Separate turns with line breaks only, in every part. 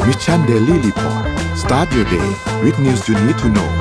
Mission Daily Report start your day with news you need to know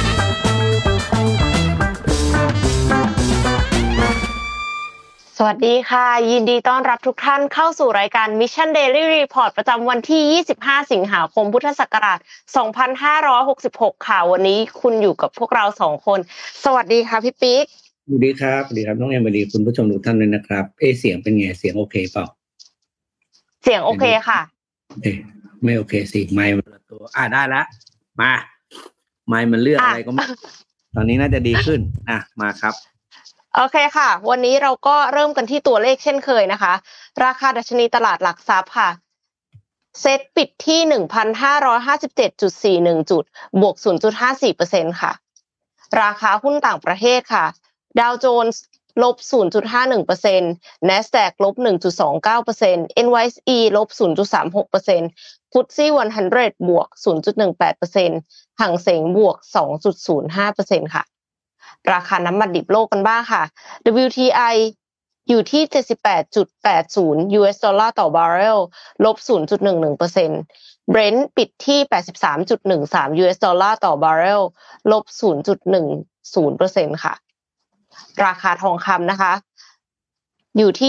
สวัสดีค่ะยินดีต้อนรับทุกท่านเข้าสู่รายการ Mission Daily Report ประจำวันที่25สิงหาคมพุทธศักราช2566ค่ะวันนี้คุณอยู่กับพวกเรา2คนสวัสดีค่ะพี่ปิ๊ก
สวัสดีครับสวัสดีครับน้องเอ็มสวัสดีคุณผู้ชมทุกท่านด้วยนะครับเสียงเป็นไงเสียงโอเคเปล่า
เสียงโอเคค่ะ
ไม่โอเคสิไมค์มันตัวได้แล้วมาไมค์มันเลือกอะไรก็ไม่ตอนนี้น่าจะดีขึ้นมาครับ
โอเคค่ะวันนี้เราก็เริ่มกันที่ตัวเลขเช่นเคยนะคะราคาดัชนีตลาดหลักทรัพย์ค่ะเซ็ตปิดที่ 1,557.41 จุดบวก 0.54% ค่ะราคาหุ้นต่างประเทศค่ะดาวโจนส์ลบ 0.51% NASDAQ ลบ 1.29% NYSE ลบ 0.36% FTSE 100 บวก 0.18% หั่งเส็งบวก 2.05% ค่ะราคาน้ำมันดิบโลกกันบ้างค่ะ WTI อยู่ที่ 78.80 US ดอลลาร์ต่อบาร์เรลลบ 0.11% Brent ปิดที่ 83.13 US ดอลลาร์ต่อบาร์เรลลบ 0.10% ค่ะราคาทองคำนะคะอยู่ที่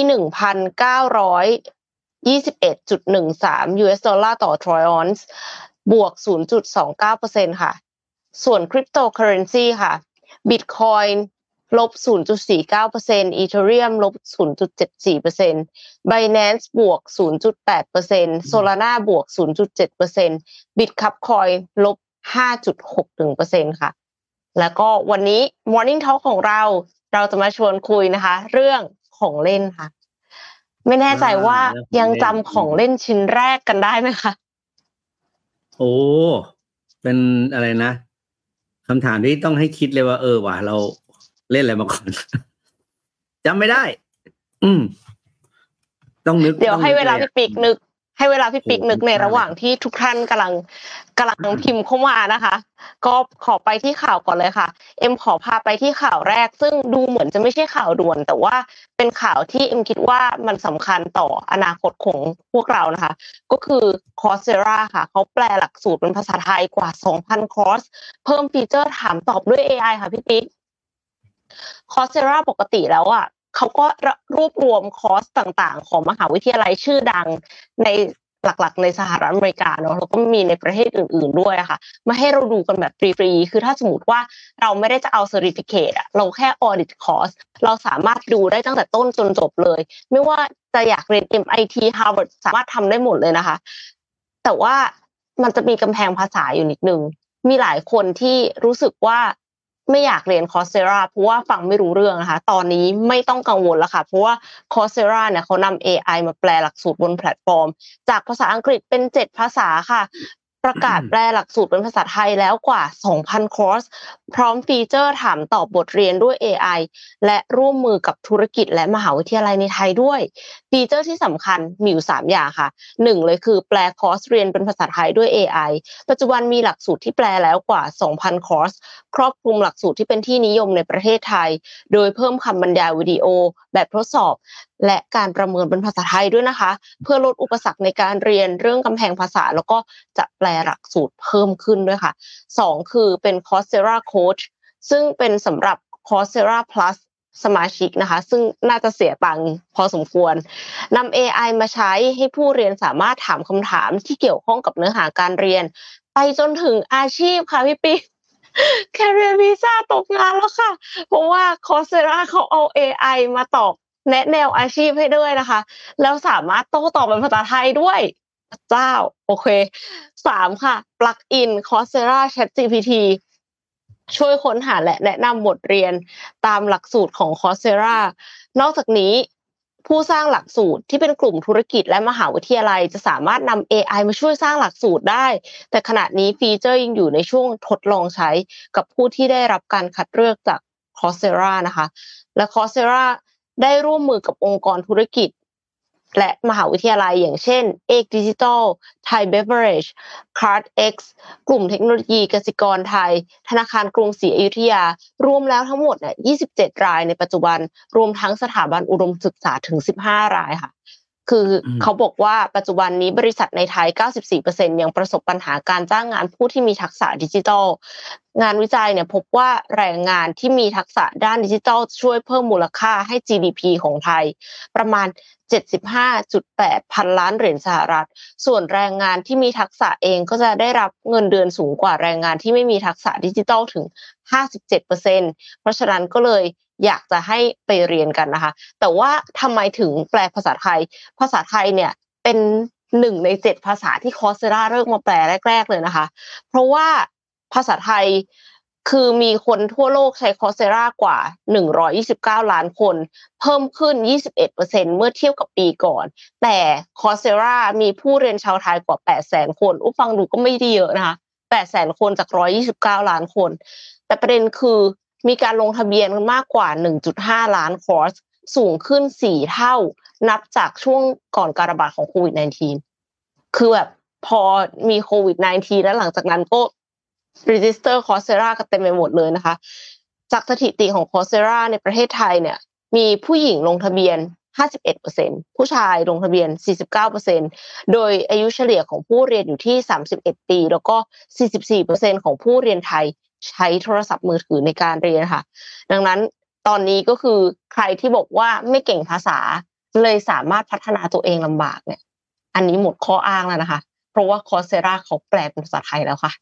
1,921.13 US ดอลลาร์ต่อทรอยออนซ์บวก 0.29% ค่ะส่วนคริปโตเคอเรนซีค่ะBitcoin ลบ 0.49% Ethereum ลบ 0.74% Binance บวก 0.8% Solana บวก 0.7% Bitcoin ลบ 5.61% ค่ะแล้วก็วันนี้ Morning Talk ของเราจะมาชวนคุยนะคะเรื่องของเล่นค่ะไม่แน่ใจว่ายังจำของเล่นชิ้นแรกกันได้ไหมคะ
โอ้เป็นอะไรนะคำถามที่ต้องให้คิดเลยว่าว่ะเราเล่นอะไรมาก่อนจำไม่ได้ต้องนึก
เดี๋ยวให้เวลาพี่ปิ๊กนึกในระหว่างที่ทุกท่านกำลังพิมพ์เข้ามานะคะก็ขอไปที่ข่าวก่อนเลยค่ะเอ็มขอพาไปที่ข่าวแรกซึ่งดูเหมือนจะไม่ใช่ข่าวด่วนแต่ว่าเป็นข่าวที่เอ็มคิดว่ามันสำคัญต่ออนาคตของพวกเรานะคะก็คือ Coursera ค่ะเขาแปลหลักสูตรเป็นภาษาไทยกว่า 2,000 คอร์สเพิ่มฟีเจอร์ถามตอบด้วย AI ค่ะพี่ปิ๊ก Coursera ปกติแล้วเขาก็รวบรวมคอร์สต่างๆของมหาวิทยาลัยชื่อดังในหลักๆในสหรัฐอเมริกาเนาะแล้วก็มีในประเทศอื่นๆด้วยค่ะมาให้เราดูกันแบบฟรีๆคือถ้าสมมติว่าเราไม่ได้จะเอา certificate เราแค่ audit course เราสามารถดูได้ตั้งแต่ต้นจนจบเลยไม่ว่าจะอยากเรียน MIT Harvard สามารถทำได้หมดเลยนะคะแต่ว่ามันจะมีกำแพงภาษาอยู่นิดนึงมีหลายคนที่รู้สึกว่าไม่อยากเรียน Coursera เพราะว่าฟังไม่รู้เรื่องนะคะตอนนี้ไม่ต้องกังวลแล้วค่ะเพราะว่า Coursera เนี่ยเขานำ AI มาแปลหลักสูตรบนแพลตฟอร์มจากภาษาอังกฤษเป็น7ภาษาค่ะประกาศแปลหลักสูตรเป็นภาษาไทยแล้วกว่า 2,000 คอร์สพร้อมฟีเจอร์ถามตอบบทเรียนด้วย AI และร่วมมือกับธุรกิจและมหาวิทยาลัยในไทยด้วยฟีเจอร์ที่สำคัญมีอยู่3อย่างค่ะ1เลยคือแปลคอร์สเรียนเป็นภาษาไทยด้วย AI ปัจจุบันมีหลักสูตรที่แปลแล้วกว่า 2,000 คอร์สครอบคลุมหลักสูตรที่เป็นที่นิยมในประเทศไทยโดยเพิ่มคำบรรยายวิดีโอแบบทดสอบและการประเมินเป็นภาษาไทยด้วยนะคะเพื่อลดอุปสรรคในการเรียนเรื่องกำแพงภาษาแล้วก็จะแปลหลักสูตรเพิ่มขึ้นด้วยค่ะ2คือเป็น Coursera Coach ซึ่งเป็นสำหรับ Coursera Plus สมาชิกนะคะซึ่งน่าจะเสียตังค์พอสมควรนำ AI มาใช้ให้ผู้เรียนสามารถถามคำถามที่เกี่ยวข้องกับเนื้อหาการเรียนไปจนถึงอาชีพค่ะพี่ปิ๊กCareer Visa ตกงานแล้วค่ะเพราะว่า Coursera เขาเอา AI มาตอบแนะแนวอาชีพให้ด้วยนะคะแล้วสามารถโต้ตอบเป็นภาษาไทยด้วยเจ้าโอเค3ค่ะ plug in Coursera ChatGPT ช่วยค้นหาและแนะนำบทเรียนตามหลักสูตรของ Coursera นอกจากนี้ผู้สร้างหลักสูตรที่เป็นกลุ่มธุรกิจและมหาวิทยาลัยจะสามารถนำ AI มาช่วยสร้างหลักสูตรได้แต่ขณะนี้ฟีเจอร์ยังอยู่ในช่วงทดลองใช้กับผู้ที่ได้รับการคัดเลือกจาก Coursera นะคะและ Coursera ได้ร่วมมือกับองค์กรธุรกิจและมหาวิทยาลัยอย่างเช่นเอกดิจิทัลไทยเบเวอเรจCardX กลุ่มเทคโนโลยีกสิกรไทยธนาคารกรุงศรีอยุธยารวมแล้วทั้งหมด27รายในปัจจุบันรวมทั้งสถาบันอุดมศึกษาถึง15รายค่ะคือเขาบอกว่าปัจจุบันนี้บริษัทในไทย 94% ยังประสบปัญหาการจ้างงานผู้ที่มีทักษะดิจิทัลงานวิจัยเนี่ยพบว่าแรงงานที่มีทักษะด้านดิจิทัลช่วยเพิ่มมูลค่าให้ GDP ของไทยประมาณ 75.8 พันล้านเหรียญสหรัฐส่วนแรงงานที่มีทักษะเองก็จะได้รับเงินเดือนสูงกว่าแรงงานที่ไม่มีทักษะดิจิทัลถึง 57% เพราะฉะนั้นก็เลยอยากจะให้ไปเรียนกันนะคะแต่ว่าทำไมถึงแปลภาษาไทยภาษาไทยเนี่ยเป็น1ใน7ภาษาที่ Coursera เริ่มมาแปลแรกๆเลยนะคะเพราะว่าภาษาไทยคือมีคนทั่วโลกใช้ Coursera กว่า129ล้านคนเพิ่มขึ้น 21% เมื่อเทียบกับปีก่อนแต่ Coursera มีผู้เรียนชาวไทยกว่า 800,000 คนฟังดูก็ไม่ได้เยอะนะคะ 800,000 คนจาก129ล้านคนแต่ประเด็นคือมีการลงทะเบียนมากกว่า 1.5 ล้านคอร์สสูงขึ้น4เท่านับจากช่วงก่อนการระบาดของโควิด -19 คือแบบพอมีโควิด -19 แล้วหลังจากนั้นก็ register Coursera กันเต็มไปหมดเลยนะคะจากสถิติของ Coursera ในประเทศไทยเนี่ยมีผู้หญิงลงทะเบียน 51% ผู้ชายลงทะเบียน 49% โดยอายุเฉลี่ยของผู้เรียนอยู่ที่31ปีแล้วก็ 44% ของผู้เรียนไทยใช้โทรศัพท์มือถือในการเรียนค่ะดังนั้นตอนนี้ก็คือใครที่บอกว่าไม่เก่งภาษาเลยสามารถพัฒนาตัวเองลำบากเนี่ยอันนี้หมดข้ออ้างแล้วนะคะเพราะว่า Coursera เขาแปลเป็นภาษาไทยแล้วค่ะ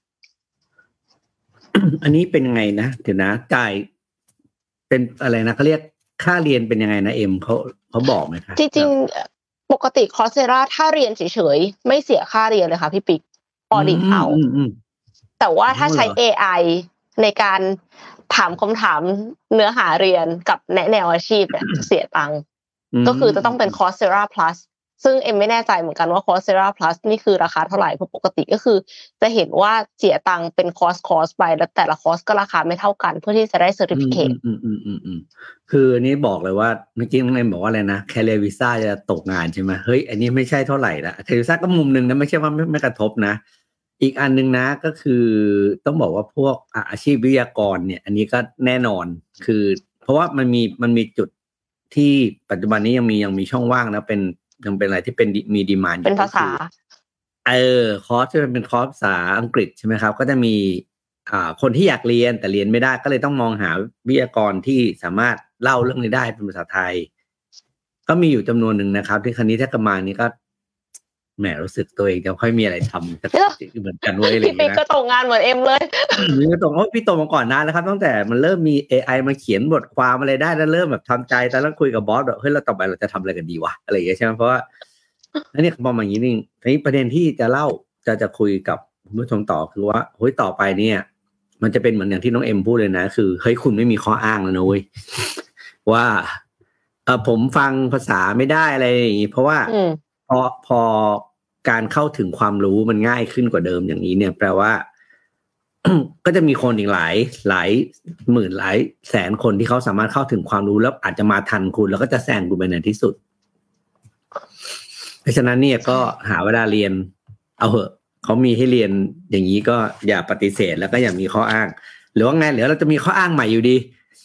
อันนี้เป็นยังไงนะเดี๋ยวนะจ่ายเป็นอะไรนะเขาเรียกค่าเรียนเป็นยังไงนะเอ็มเขาบอกไหมคะ
จริงๆปกติ Coursera ถ้าเรียนเฉยๆไม่เสียค่าเรียนเลยค่ะพี่ปิ๊กออดิตเอาแต่ว่าถ้าใช้ AI ในการถามคำถามเนื้อหาเรียนกับแนะแนวอาชีพเนี่ยเสียตังค์ก็คือจะต้องเป็น Coursera Plus ซึ่งเอ็มไม่แน่ใจเหมือนกันว่า Coursera Plus นี่คือราคาเท่าไหร่เพราะปกติก็คือจะเห็นว่าเสียตังค์เป็นคอร์สไปแล้วแต่ละคอร์สก็ราคาไม่เท่ากันเพื่อที่จะได้ certificate
คืออันนี้บอกเลยว่าเมื่อกี้น้องเอ็มบอกว่าอะไรนะ Career Visa จะตกงานใช่ไหมเฮ้ยอันนี้ไม่ใช่เท่าไหร่ละ Career Visa ก็มุมนึงนะไม่ใช่ว่าไม่กระทบนะอีกอันนึงนะก็คือต้องบอกว่าพวกอาชีพวิทยากรเนี่ยอันนี้ก็แน่นอนคือเพราะว่ามันมีจุดที่ปัจจุบันนี้ยังมีช่องว่างนะยังเป็นอะไรที่เป็นมีดีมานด์
เป็นภาษา
คอร์สที่เป็นคอร์สภาษาอังกฤษใช่ไหมครับก็จะมีคนที่อยากเรียนแต่เรียนไม่ได้ก็เลยต้องมองหาวิทยากรที่สามารถเล่าเรื่องนี้ได้เป็นภาษาไทยก็มีอยู่จำนวนหนึ่งนะครับที่ครั้นี้ถ้ากมานี้ก็แหมรู้สึกตัวเองจะค่อยมีอะไรทำเหมือนกันเว้ยอะไรอย่างเงี้ย
พี่ก็ตกงานเหมือนเอ็มเลย
นี่ก็ตกเพราะพี่โตมาก่อนนานแล้วครับตั้งแต่มันเริ่มมี AI มาเขียนบทความอะไรได้แล้วเริ่มแบบทำใจแต่แล้วคุยกับบอสแบบเฮ้ยเราต่อไปเราจะทำอะไรกันดีวะอะไรอย่างเงี้ยใช่ไหมเพราะว่าอันนี้พอมาอย่างนี้นี่ทีนี้ประเด็นที่จะเล่าจะคุยกับผู้ชมต่อคือว่าเฮ้ยต่อไปเนี่ยมันจะเป็นเหมือนอย่างที่น้องเอ็มพูดเลยนะคือเฮ้ยคุณไม่มีข้ออ้างแล้วนะเว้ยว่าผมฟังภาษาไม่ได้อะไรอย่างงี้เพราะว่าพอการเข้าถึงความรู้มันง่ายขึ้นกว่าเดิมอย่างนี้เนี่ยแปลว่า ก็จะมีคนอีกหลายหมื่นหลายแสนคนที่เขาสามารถเข้าถึงความรู้แล้วอาจจะมาทันคุณแล้วก็จะแซงคุณไปในที่สุดเพราะฉะนั้นเนี่ยก็หาเวลาเรียนเอาเหอะเขามีให้เรียนอย่างนี้ก็อย่าปฏิเสธแล้วก็อย่ามีข้ออ้างหรือว่าไงหรือเราจะมีข้ออ้างใหม่อยู่ดี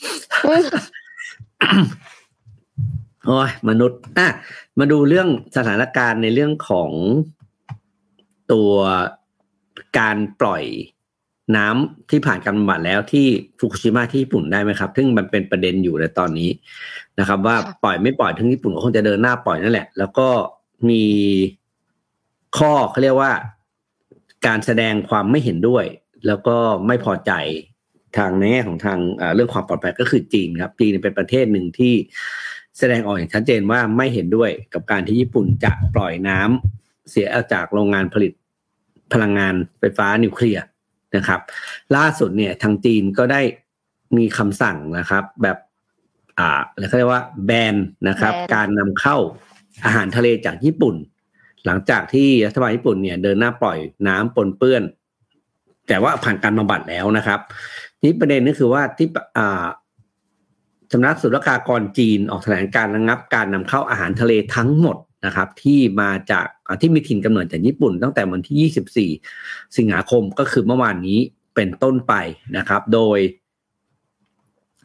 โอ้ยมนุษย์มาดูเรื่องสถานการณ์ในเรื่องของตัวการปล่อยน้ำที่ผ่านการบำบัดแล้วที่ฟุกุชิมะที่ญี่ปุ่นได้ไหมครับซึ่งมันเป็นประเด็นอยู่ในตอนนี้นะครับว่าปล่อยไม่ปล่อยทั้งญี่ปุ่นก็คงจะเดินหน้าปล่อยนั่นแหละแล้วก็มีข้อเขาเรียกว่าการแสดงความไม่เห็นด้วยแล้วก็ไม่พอใจทางในแง่ของทางเรื่องความปลอดภัยก็คือจีนครับจีนเป็นประเทศหนึ่งที่แสดงออกอย่างชัดเจนว่าไม่เห็นด้วยกับการที่ญี่ปุ่นจะปล่อยน้ำเสียจากโรงงานผลิตพลังงานไฟฟ้านิวเคลียร์นะครับล่าสุดเนี่ยทางจีนก็ได้มีคำสั่งนะครับแบบเขาเรียกว่าแบนนะครับการนำเข้าอาหารทะเลจากญี่ปุ่นหลังจากที่รัฐบาลญี่ปุ่นเนี่ยเดินหน้าปล่อยน้ำปนเปื้อนแต่ว่าผ่านการบำบัดแล้วนะครับนี่ประเด็นก็คือว่าที่สำนักศุลกากรจีนออกแถลงการระงับการนำเข้าอาหารทะเลทั้งหมดนะครับที่มาจากที่มีถิ่นกำเนิดจากญี่ปุ่นตั้งแต่วันที่24สิงหาคมก็คือเมื่อวานนี้เป็นต้นไปนะครับโดย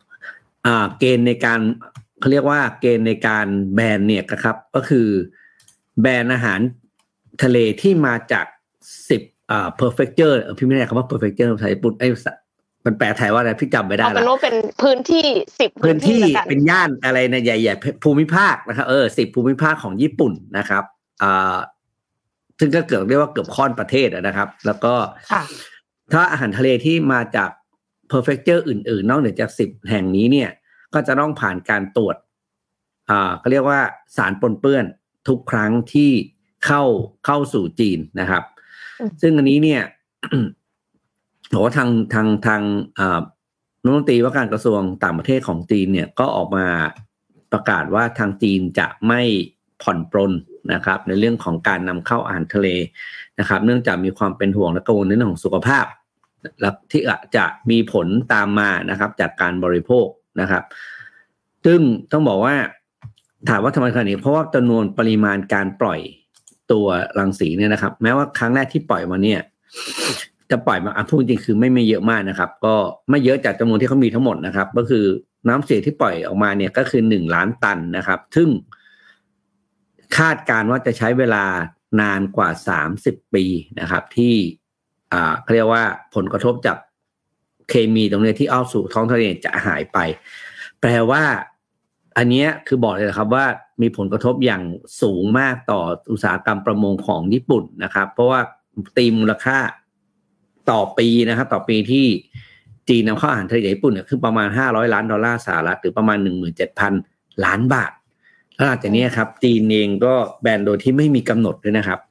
เกณฑ์ในการเขาเรียกว่าเกณฑ์ในการแบนเนี่ยครับก็คือแบรนด์อาหารทะเลที่มาจาก10prefecture พี่ไม่แน่คำว่า prefecture ภาษาญี่ปุ่นมันแปลไทยว่าอะไรพี่จำไม่ได้ละ
เอาเป็นว่าเป็นพื้นที่10
พื้นที่เป็นย่านอะไรนะใหญ่ๆภูมิภาคนะครับ10ภูมิภาคของญี่ปุ่นนะครับซึ่งก็เรียกว่าเกือบค่อนประเทศนะครับแล้วก็ถ้าอาหารทะเลที่มาจาก prefecture อื่นๆนอกเหนือจาก10แห่งนี้เนี่ยก็จะต้องผ่านการตรวจเขาเรียกว่าสารปนเปื้อนทุกครั้งที่เข้าสู่จีนนะครับซึ่งอันนี้เนี่ยบอกว่าทางรัฐมนตรีว่าการกระทรวงต่างประเทศของจีนเนี่ยก็ออกมาประกาศว่าทางจีนจะไม่ผ่อนปรนนะครับในเรื่องของการนำเข้าอาหารทะเลนะครับเนื่องจากมีความเป็นห่วงและกังวลในเรื่องของสุขภาพและที่อาจจะมีผลตามมานะครับจากการบริโภคนะครับซึ่งต้องบอกว่าถามว่าทำไมขนาดนี้เพราะว่าจำนวนปริมาณการปล่อยตัวรังสีเนี่ยนะครับแม้ว่าครั้งแรกที่ปล่อยมาเนี่ยจะปล่อยมาพูดจริงคือไม่เยอะมากนะครับก็ไม่เยอะจากจำนวนที่เขามีทั้งหมดนะครับก็คือน้ำเสียที่ปล่อยออกมาเนี่ยก็คือ1 ล้านตันนะครับซึ่งคาดการว่าจะใช้เวลานานกว่า30 ปีนะครับที่เขาเรียกว่าผลกระทบจากเคมีตรงนี้ที่เอาสู่ท้องทะเลจะหายไปแปลว่าอันนี้คือบอกเลยนะครับว่ามีผลกระทบอย่างสูงมากต่ออุตสาหกรรมประมงของญี่ปุ่นนะครับเพราะว่าตีมูลค่าต่อปีนะครับต่อปีที่จีนนำเข้าอาหารทะเลจากญี่ปุ่นเนี่ยคือประมาณ$500 ล้านหรือประมาณ 17,000 ล้านบาทแล้วหลังจากนี้ครับจีนเองก็แบนโดยที่ไม่มีกำหนดด้วยนะครับ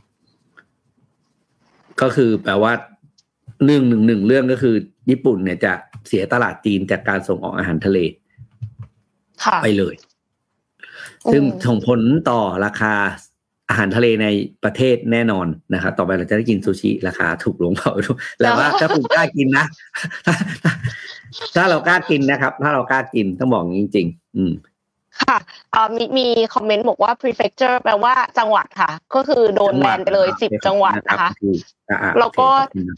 ก็คือแปลว่าเรื่องก็คือญี่ปุ่นเนี่ยจะเสียตลาดจีนจากการส่งออกอาหารทะเลไปเลยซึ่งส่งผลต่อราคาอาหารทะเลในประเทศแน่นอนนะครับต่อไปเราจะได้กินซูชิราคาถูกลงเผาแล้วว่าถ้าคุณกล้ากินนะถ้าเรากล้ากินนะครับถ้าเรากล้ากินต้องบอกจริงๆ
ค่ะมีคอมเมนต์บอกว่า prefecture แปลว่าจังหวัดค่ะก็คือโดนแบนไปเลย10จังหวัดนะคะแล้วก็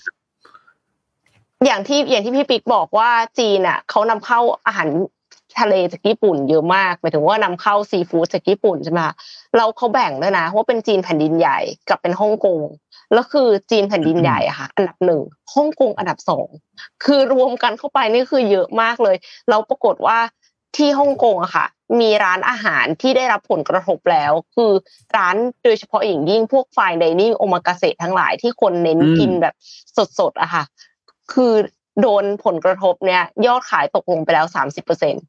อย่างที่พี่ปิ๊กบอกว่าจีนอ่ะเขานำเข้าอาหารทะเลจากญี่ปุ่นเยอะมากหมายถึงว่านำเข้าซีฟู้ดจากญี่ปุ่นใช่ไหมคะแล้วเขาแบ่งด้วยนะว่าเป็นจีนแผ่นดินใหญ่กับเป็นฮ่องกงแล้วคือจีนแผ่นดินใหญ่อะค่ะอันดับ1ฮ่องกงอันดับ2คือรวมกันเข้าไปนี่คือเยอะมากเลยแล้วปรากฏว่าที่ฮ่องกงอะค่ะมีร้านอาหารที่ได้รับผลกระทบแล้วคือร้านโดยเฉพาะอย่างยิ่งพวกไฟน์ไดนิ่งโอมากาเสะทั้งหลายที่คนเน้นกินแบบสดๆอะค่ะคือโดนผลกระทบเนี่ยยอดขายตกลงไปแล้ว 30%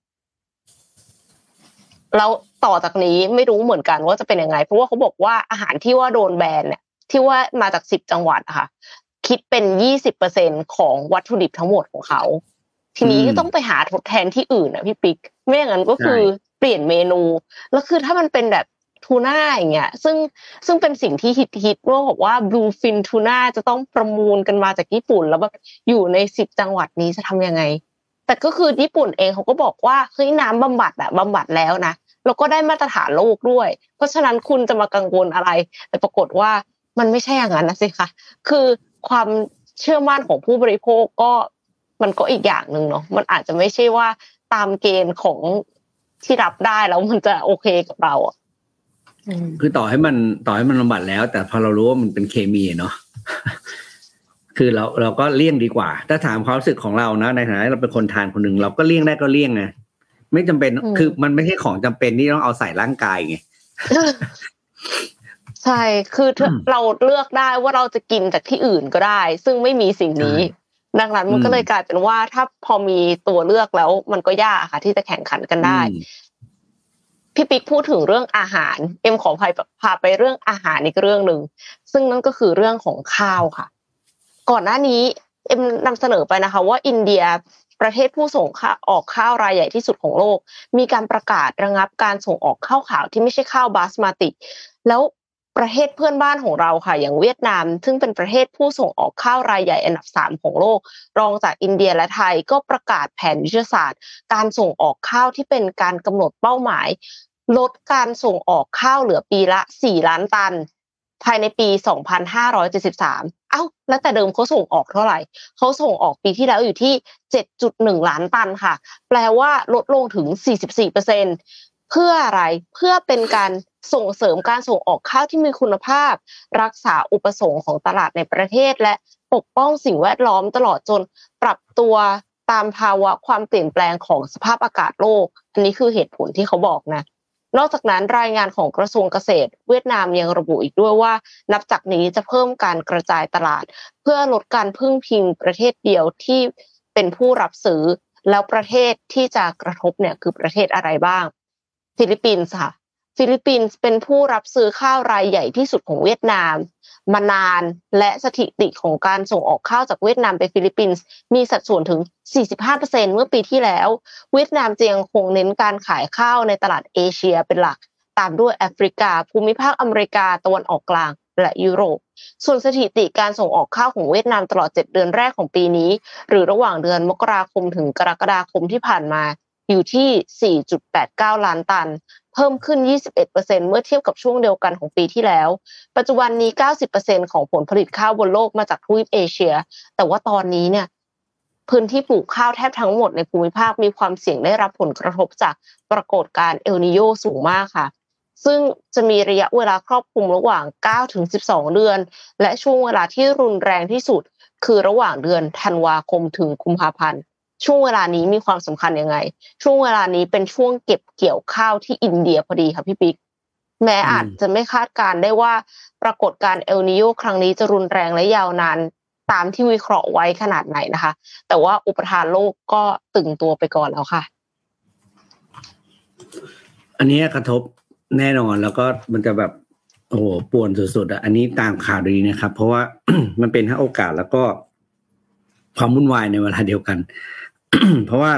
แล้วต่อจากนี้ไม่รู้เหมือนกันว่าจะเป็นยังไงเพราะว่าเขาบอกว่าอาหารที่ว่าโดนแบนเนี่ยที่ว่ามาจาก10จังหวัดอะค่ะคิดเป็น 20% ของวัตถุดิบทั้งหมดของเขาทีนี้ก็ต้องไปหาทดแทนที่อื่นนะพี่ปิ๊กไม่อย่างนั้นก็คือเปลี่ยนเมนูแล้วคือถ้ามันเป็นแบบทูน่าอย่างเงี้ยซึ่งเป็นสิ่งที่ฮิตว่าบอกว่า Bluefin ทูน่าจะต้องประมูลกันมาจากญี่ปุ่นแล้วแบบอยู่ใน10จังหวัดนี้จะทำยังไงแต่ก็คือญี่ปุ่นเองเขาก็บอกว่าเฮ้ยน้ำบำบัดแล้วนะแล้วก็ได้มาตรฐานโลกด้วยเพราะฉะนั้นคุณจะมากังวลอะไรแต่ปรากฏว่ามันไม่ใช่อย่างนั้นนะสิคะคือความเชื่อมั่นของผู้บริโภคก็มันก็อีกอย่างนึงเนาะมันอาจจะไม่ใช่ว่าตามเกณฑ์ของที่รับได้แล้วมันจะโอเคกับเราอ่ะ
คือต่อให้มันบำบัดแล้วแต่พอเรารู้ว่ามันเป็นเคมีเนาะคือเราก็เลี่ยงดีกว่าถ้าถามความรู้สึกของเรานะในฐานะเราเป็นคนทานคนหนึ่งเราก็เลี่ยงได้ก็เลี่ยงไงไม่จำเป็นคือมันไม่ใช่ของจำเป็นที่ต้องเอาใส่ร่างกายไง
ใช่คือเราเลือกได้ว่าเราจะกินจากที่อื่นก็ได้ซึ่งไม่มีสิ่งนี้ดังนั้นมันก็เลยกลายเป็นว่าถ้าพอมีตัวเลือกแล้วมันก็ยากค่ะที่จะแข่งขันกันได้พี่ปิ๊กพูดถึงเรื่องอาหารเอ็มขอพาไปเรื่องอาหารอีกเรื่องนึงซึ่งนั่นก็คือเรื่องของข้าวค่ะก่อนหน้านี้เอ็มนำเสนอไปนะคะว่าอินเดียประเทศผู้ส่งออกข้าวรายใหญ่ที่สุดของโลกมีการประกาศระงับการส่งออกข้าวขาวที่ไม่ใช่ข้าวบาสมาติแล้วประเทศเพื่อนบ้านของเราค่ะอย่างเวียดนามซึ่งเป็นประเทศผู้ส่งออกข้าวรายใหญ่อันดับ3ของโลกรองจากอินเดียและไทยก็ประกาศแผนยุทธศาสตร์การส่งออกข้าวที่เป็นการกำหนดเป้าหมายลดการส่งออกข้าวเหลือปีละ4ล้านตันภายในปี2573แล้วแต่เดิมเขาส่งออกเท่าไหร่เขาส่งออกปีที่แล้วอยู่ที่ 7.1 ล้านตันค่ะแปลว่าลดลงถึง 44% เพื่ออะไรเพื่อเป็นการส่งเสริมการส่งออกข้าวที่มีคุณภาพรักษาอุปสงค์ของตลาดในประเทศและปกป้องสิ่งแวดล้อมตลอดจนปรับตัวตามภาวะความเปลี่ยนแปลงของสภาพอากาศโลกอันนี้คือเหตุผลที่เขาบอกนะนอกจากนั้นรายงานของกระทรวงเกษตรเวียดนามยังระบุอีกด้วยว่านับจากนี้จะเพิ่มการกระจายตลาดเพื่อลดการพึ่งพิงประเทศเดียวที่เป็นผู้รับซื้อแล้วประเทศที่จะกระทบเนี่ยคือประเทศอะไรบ้างฟิลิปปินส์ค่ะฟิลิปปินส์เป็นผู้รับซื้อข้าวรายใหญ่ที่สุดของเวียดนามมานานและสถิติของการส่งออกข้าวจากเวียดนามไปฟิลิปปินส์มีสัดส่วนถึง 45% เมื่อปีที่แล้วเวียดนามจะยังคงเน้นการขายข้าวในตลาดเอเชียเป็นหลักตามด้วยแอฟริกาภูมิภาคอเมริกาตะวันออกกลางและยุโรปส่วนสถิติการส่งออกข้าวของเวียดนามตลอด7เดือนแรกของปีนี้หรือระหว่างเดือนมกราคมถึงกรกฎาคมที่ผ่านมาอยู่ที่ 4.89 ล้านตันเพิ่มขึ้น 21% เมื่อเทียบกับช่วงเดียวกันของปีที่แล้วปัจจุบันนี้ 90% ของผลผลิตข้าวบนโลกมาจากทวีปเอเชียแต่ว่าตอนนี้เนี่ยพื้นที่ปลูกข้าวแทบทั้งหมดในภูมิภาคมีความเสี่ยงได้รับผลกระทบจากปรากฏการณ์เอลนีโญสูงมากค่ะซึ่งจะมีระยะเวลาครอบคลุมระหว่าง 9-12 เดือนและช่วงเวลาที่รุนแรงที่สุดคือระหว่างเดือนธันวาคมถึงกุมภาพันธ์ช่วงเวลานี้มีความสำคัญยังไงช่วงเวลานี้เป็นช่วงเก็บเกี่ยวข้าวที่อินเดียพอดีค่ะพี่ปิ๊กแม้อาจจะไม่คาดการได้ว่าปรากฏการณ์เอลนีโญครั้งนี้จะรุนแรงและยาวนานตามที่วิเคราะห์ไว้ขนาดไหนนะคะแต่ว่าอุปทานโลกก็ตึงตัวไปก่อนแล้วค่ะ
อันนี้กระทบแน่นอนแล้วก็มันจะแบบโอ้โหป่วนสุดๆอันนี้ตามข่าวดีนะครับเพราะว่า มันเป็นทั้งโอกาสแล้วก็ความวุ่นวายในเวลาเดียวกัน เพราะว่า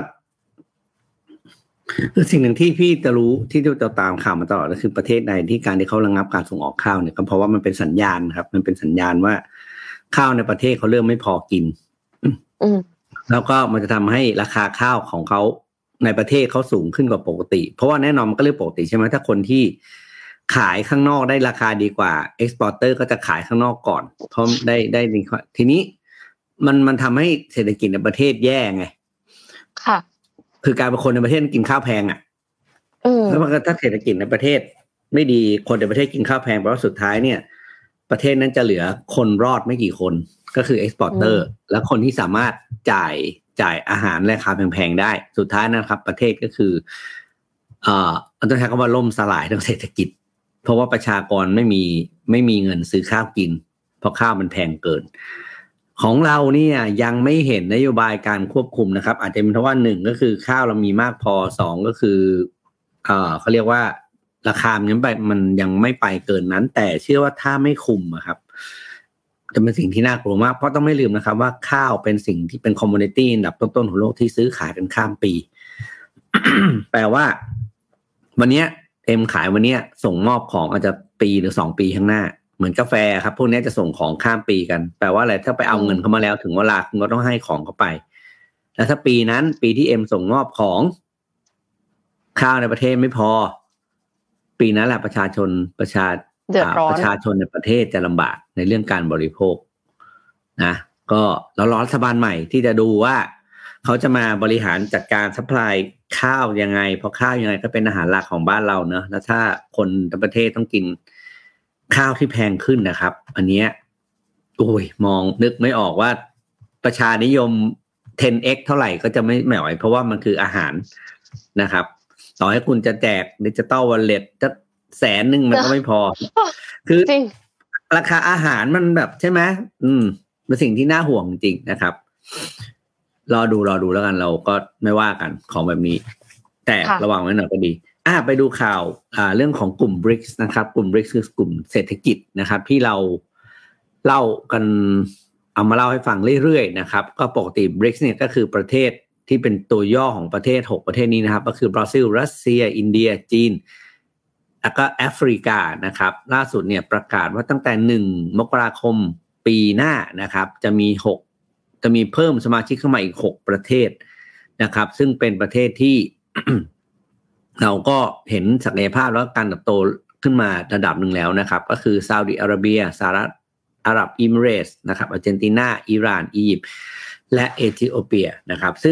คือสิ่งหนึ่งที่พี่จะรู้ที่จะตามข่าวมาตลอดก็คือประเทศใดที่การที่เขาระงับการส่งออกข้าวเนี่ยก็เพราะว่ามันเป็นสัญญาณครับมันเป็นสัญญาณว่าข้าวในประเทศเขาเริ่มไม่พอกินแล้วก็มันจะทำให้ราคาข้าวของเขาในประเทศเขาสูงขึ้นกว่าปกติเพราะว่าแน่นอนมันก็เรื่องปกติใช่ไหมถ้าคนที่ขายข้างนอกได้ราคาดีกว่าเอ็กซ์พอร์เตอร์ก็จะขายข้างนอกก่อนเพราะได้ดีกว่าทีนี้มันทำให้เศรษฐกิจในประเทศแย่ไง
ค่ะ
คือการเป็นคนในประเทศกินข้าวแพงอ่ะแล้วมันก็ถ้าเศรษฐกิจในประเทศไม่ดีคนในประเทศกินข้าวแพงเพราะว่าสุดท้ายเนี่ยประเทศนั้นจะเหลือคนรอดไม่กี่คนก็คือเอ็กซ์พอร์เตอร์และคนที่สามารถจ่ายอาหารราคาแพงๆได้สุดท้ายนะครับประเทศก็คือต้องใช้คำว่าล่มสลายทางเศรษฐกิจเพราะว่าประชากรไม่มีเงินซื้อข้าวกินเพราะข้าวมันแพงเกินของเราเนี่ยยังไม่เห็นนโยบายการควบคุมนะครับอาจจะเป็นเพราะว่า1ก็คือข้าวเรามีมากพอ2ก็คือเขาเรียกว่าราคามันยังไม่ไปเกินนั้นแต่เชื่อว่าถ้าไม่คุมครับจะเป็นสิ่งที่น่ากลัวมากเพราะต้องไม่ลืมนะครับว่าข้าวเป็นสิ่งที่เป็นคอมมูนิตี้อันดับต้นๆของโลกที่ซื้อขายกันข้ามปี แปลว่าวันนี้ขายวันนี้ส่งมอบของอาจจะปีหรือ2ปีข้างหน้าเหมือนกาแฟครับพวกนี้จะส่งของข้ามปีกันแปลว่าอะไรถ้าไปเอาเงินเข้ามาแล้วถึงเวลาคุณก็ต้องให้ของเขาไปแล้วถ้าปีนั้นปีที่ส่งมอบของข้าวในประเทศไม่พอปีนั้นแหละประชาชนในประเทศจะลำบากในเรื่องการบริโภคนะก็เรารอรัฐบาลใหม่ที่จะดูว่าเขาจะมาบริหารจัดการซัพพลายข้าวยังไงเพราะข้าวยังไงก็เป็นอาหารหลักของบ้านเราเนอะแล้วถ้าคนในประเทศต้องกินข้าวที่แพงขึ้นนะครับอันนี้มองนึกไม่ออกว่าประชานิยม 10x เท่าไหร่ก็จะไม่ไหวเพราะว่ามันคืออาหารนะครับต่อให้คุณจะแจกดิจิตอลวอลเล็ตจะ100,000มันก็ไม่พอคือราคาอาหารมันแบบใช่ไหมเป็นสิ่งที่น่าห่วงจริงนะครับรอดูแล้วกันเราก็ไม่ว่ากันของแบบนี้แต่ระวังไว้หน่อยก็ดีไปดูข่าวเรื่องของกลุ่ม BRICS นะครับกลุ่ม BRICS คือกลุ่มเศรษฐกิจนะครับที่เราเล่ากันเอามาเล่าให้ฟังเรื่อยๆนะครับก็ปกติ BRICS เนี่ยก็คือประเทศที่เป็นตัวย่อของประเทศ6ประเทศนี้นะครับก็คือบราซิลรัสเซียอินเดียจีนแล้วก็แอฟริกานะครับล่าสุดเนี่ยประกาศว่าตั้งแต่1มกราคมปีหน้านะครับจะมีเพิ่มสมาชิกเข้ามาอีก6ประเทศนะครับซึ่งเป็นประเทศที่ เราก็เห็นศักยภาพแล้วการเติบโตขึ้นมาระดับหนึ่งแล้วนะครับก็คือซาอุดิอาระเบียสหรัฐอาหรับเอมิเรตส์นะครับอาร์เจนตินาอิหร่านอียิปต์และเอธิโอเปียนะครับซึ่ง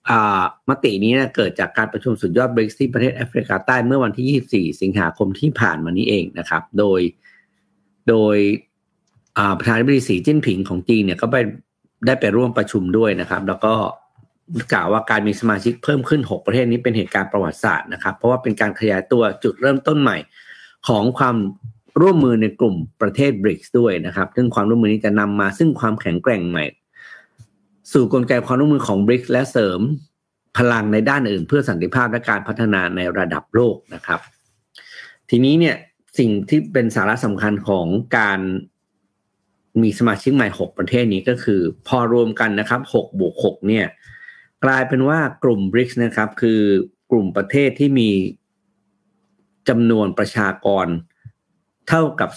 มตินี้นะเกิดจากการประชุมสุดยอด BRICS ที่ประเทศแอฟริกาใต้เมื่อวันที่24สิงหาคมที่ผ่านมานี้เองนะครับโดยประธานาธิบดีสีจิ้นผิงของจีนเนี่ยก็ได้ไปร่วมประชุมด้วยนะครับแล้วก็กล่าวว่าการมีสมาชิกเพิ่มขึ้น6ประเทศนี้เป็นเหตุการณ์ประวัติศาสตร์นะครับเพราะว่าเป็นการขยายตัวจุดเริ่มต้นใหม่ของความร่วมมือในกลุ่มประเทศ BRICS ด้วยนะครับซึ่งความร่วมมือนี้จะนำมาซึ่งความแข็งแกร่งใหม่สู่กลไกความร่วมมือของ BRICS และเสริมพลังในด้านอื่นเพื่อสันติภาพและการพัฒนาในระดับโลกนะครับทีนี้เนี่ยสิ่งที่เป็นสาระสำคัญของการมีสมาชิกใหม่6ประเทศนี้ก็คือพอรวมกันนะครับ6+6เนี่ยกลายเป็นว่ากลุ่ม BRICS นะครับคือกลุ่มประเทศที่มีจำนวนประชากรเท่ากับ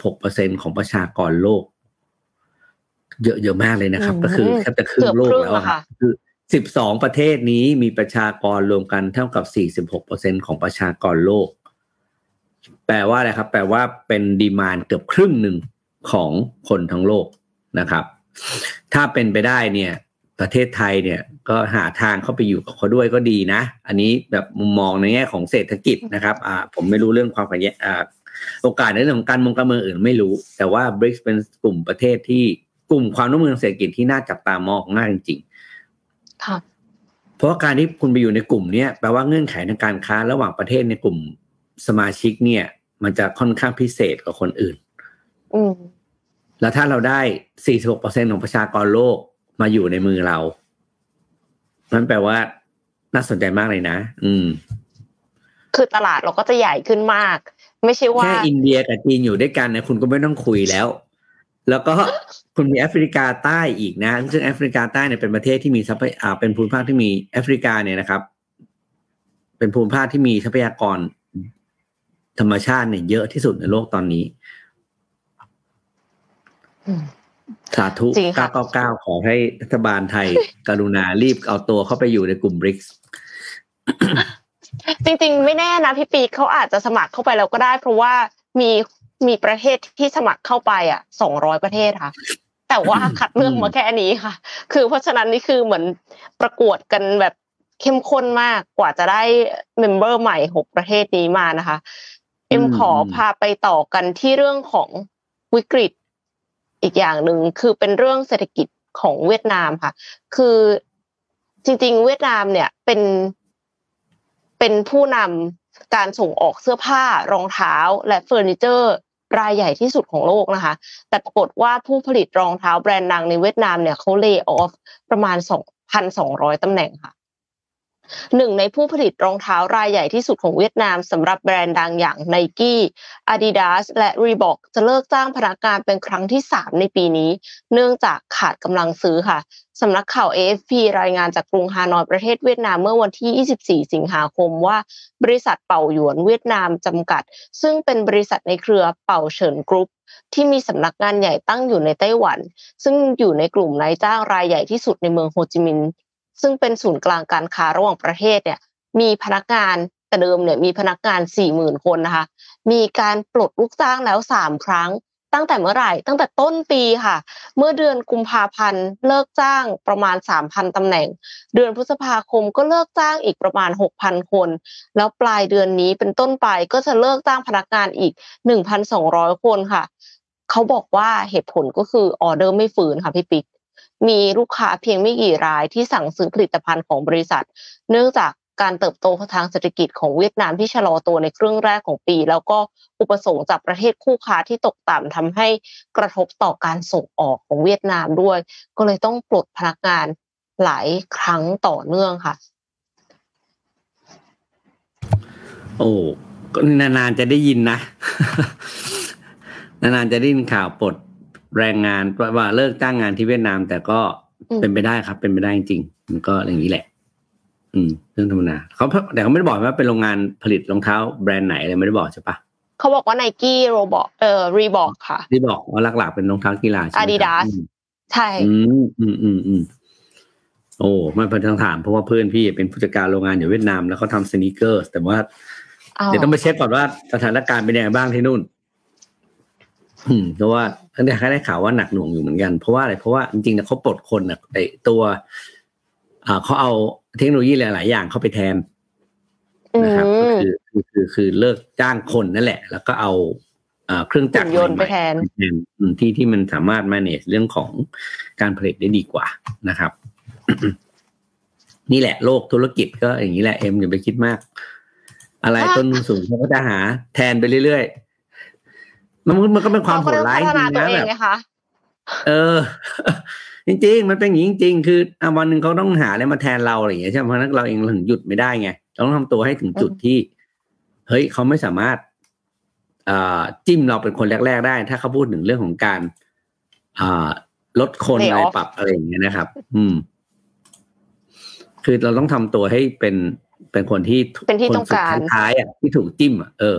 46% ของประชากรโลกเยอะมากเลยนะครับก็คือแทบจะครึ่งโลกแล้วค่ะคือ12ประเทศนี้มีประชากรรวมกันเท่ากับ 46% ของประชากรโลกแปลว่าอะไรครับแปลว่าเป็นดีมานด์เกือบครึ่งหนึ่งของคนทั้งโลกนะครับถ้าเป็นไปได้เนี่ยประเทศไทยเนี่ยก็หาทางเข้าไปอยู่กับเขาด้วยก็ดีนะอันนี้แบบมุมมองในแง่ของเศรษฐกิจนะครับผมไม่รู้เรื่องความขัดแย้งโอกาสในเรื่องของการเมืองอื่นไม่รู้แต่ว่า BRICS เป็นกลุ่มประเทศที่กลุ่มความร่วมมือทางเศรษฐกิจที่น่าจับตามองมากจริงๆค่ะเพราะว่าการที่คุณไปอยู่ในกลุ่มนี้แปลว่าเงื่อนไขทางการค้าระหว่างประเทศในกลุ่มสมาชิกเนี่ยมันจะค่อนข้างพิเศษกว่าคนอื่นแล้วถ้าเราได้ 46% ของประชากรโลกมาอยู่ในมือเรานั่นแปลว่าน่าสนใจมากเลยนะ
คือตลาดเราก็จะใหญ่ขึ้นมากไม่ใช่ว่า
แค่อินเดียกับจีนอยู่ด้วยกันเนี่ยคุณก็ไม่ต้องคุยแล้วแล้วก็คุณมีแอฟริกาใต้อีกนะซึ่งแอฟริกาใต้เนี่ยเป็นประเทศที่มีเป็นภูมิภาคที่มีแอฟริกาเนี่ยนะครับเป็นภูมิภาคที่มีทรัพยากรธรรมชาติเนี่ยเยอะที่สุดในโลกตอนนี้สาธุ999ขอให้รัฐบาลไทยกรุณารีบเอาตัวเข้าไปอยู่ในกลุ่ม BRICS
จริงๆไม่แน่นะพี่ปีเขาอาจจะสมัครเข้าไปแล้วก็ได้เพราะว่ามีประเทศที่สมัครเข้าไป200ประเทศค่ะแต่ว่าคัดเลือกมาแค่นี้ค่ะคือเพราะฉะนั้นนี่คือเหมือนประกวดกันแบบเข้มข้นมากกว่าจะได้เมมเบอร์ใหม่6ประเทศนี้มานะคะขอพาไปต่อกันที่เรื่องของวิกฤตอีกอย่างหนึ่งคือเป็นเรื่องเศรษฐกิจของเวียดนามค่ะคือจริงๆเวียดนามเนี่ยเป็นผู้นำการส่งออกเสื้อผ้ารองเท้าและเฟอร์นิเจอร์รายใหญ่ที่สุดของโลกนะคะแต่ปรากฏว่าผู้ผลิตรองเท้าแบรนด์ดังในเวียดนามเนี่ยเขาเลย์ออฟประมาณ 2,200 ตำแหน่งค่ะหนึ่งในผู้ผลิตรองเท้ารายใหญ่ที่สุดของเวียดนามสำหรับแบรนด์ดังอย่าง Nike, Adidas และ Reebok จะเลิกจ้างพนักงานเป็นครั้งที่3ในปีนี้เนื่องจากขาดกำลังซื้อค่ะสำนักข่าว AFP รายงานจากกรุงฮานอยประเทศเวียดนามเมื่อวันที่24สิงหาคมว่าบริษัทเป่าหยวนเวียดนามจำกัดซึ่งเป็นบริษัทในเครือเป่าเฉินกรุ๊ปที่มีสำนักงานใหญ่ตั้งอยู่ในไต้หวันซึ่งอยู่ในกลุ่มนายจ้างรายใหญ่ที่สุดในเมืองโฮจิมินห์ซึ่งเป็นศูนย์กลางการค้าระหว่างประเทศเนี่ยมีพนักงานแต่เดิมเนี่ยมีพนักงาน 40,000 คนนะคะมีการปลดลูกจ้างแล้ว3ครั้งตั้งแต่เมื่อไหร่ตั้งแต่ต้นปีค่ะเมื่อเดือนกุมภาพันธ์เลิกจ้างประมาณ 3,000 ตำแหน่งเดือนพฤษภาคมก็เลิกจ้างอีกประมาณ 6,000 คนแล้วปลายเดือนนี้เป็นต้นไปก็จะเลิกจ้างพนักงานอีก 1,200 คนค่ะเขาบอกว่าเหตุผลก็คือออเดอร์ไม่ฟื้นค่ะพี่ปิ๊กมีลูกค้าเพียงไม่กี่รายที่สั่งซื้อผลิตภัณฑ์ของบริษัทเนื่องจากการเติบโตทางเศรษฐกิจของเวียดนามที่ชะลอตัวในครึ่งแรกของปีแล้วก็อุปสงค์จากประเทศคู่ค้าที่ตกต่ำทำให้กระทบต่อการส่งออกของเวียดนามด้วยก็เลยต้องปลดพนักงานหลายครั้งต่อเนื่องค่ะ
โอ้ก็นานๆจะได้ยินนะ นานๆจะได้ยินข่าวปลดแรงงานว่าเลิกจ้างงานที่เวียดนามแต่ก็เป็นไปได้ครับเป็นไปได้จริงๆมันก็อย่างนี้แหละเรื่องธรรมดาแต่เขาไม่ได้บอกว่าเป็นโรงงานผลิตรองเท้าแบรนด์ไหนเลยไม่ได้บอกใช่ปะ
เขาบอกว่า Nike, Reebok ค่ะ
Reebok ว่าหลักๆเป็นรองเท้ากีฬาใช่
Adidas ใช่
โอ้ไม่เป็นต้องถามเพราะว่าเพื่อนพี่เป็นผู้จัดการโรงงานอยู่เวียดนามแล้วเขาทำสนีกเกอร์แต่ว่าเดี๋ยวต้องไปเช็คก่อนว่าสถานการณ์เป็นยังไงบ้างที่นู่นเพราะว่าได้ข่าวว่าหนักหน่วงอยู่เหมือนกันเพราะว่าอะไรเพราะว่าจริงๆเนี่ยเขาปลดคนไอ้ตัวเขาเอาเทคโนโลยีหลายๆอย่างเข้าไปแทนนะครับก็คือเลิกจ้างคนนั่นแหละแล้วก็เอาเครื่องจักร
ยนต์ไปแทน
ที่มันสามารถ manage เรื่องของการผลิตได้ดีกว่านะครับ นี่แหละโลกธุรกิจก็อย่างนี้แหละเอ็มอย่าไปคิดมากอะไรต้นสูงเขาก็จะหาแทนไปเรื่อยๆมันก็เป็นความโหดร้ายจริงนะแบบจริงๆมันเป็นอย่างนี้จริงๆคือวันนึงเขาต้องหาอะไรมาแทนเราอะไรอย่างเงี้ยใช่ไหมเพราะนั้นเราเองถึงหยุดไม่ได้ไงเราต้องทำตัวให้ถึงจุดที่เฮ้ยเขาไม่สามารถจิ้มเราเป็นคนแรกๆได้ถ้าเขาพูดถึงเรื่องของการลดคนอะไรปรับอะไรอย่างเงี้ยนะครับคือเราต้องทำตัวให้เป็นคนที่
ต้องการ
ท้ายที่ถูกจิ้ม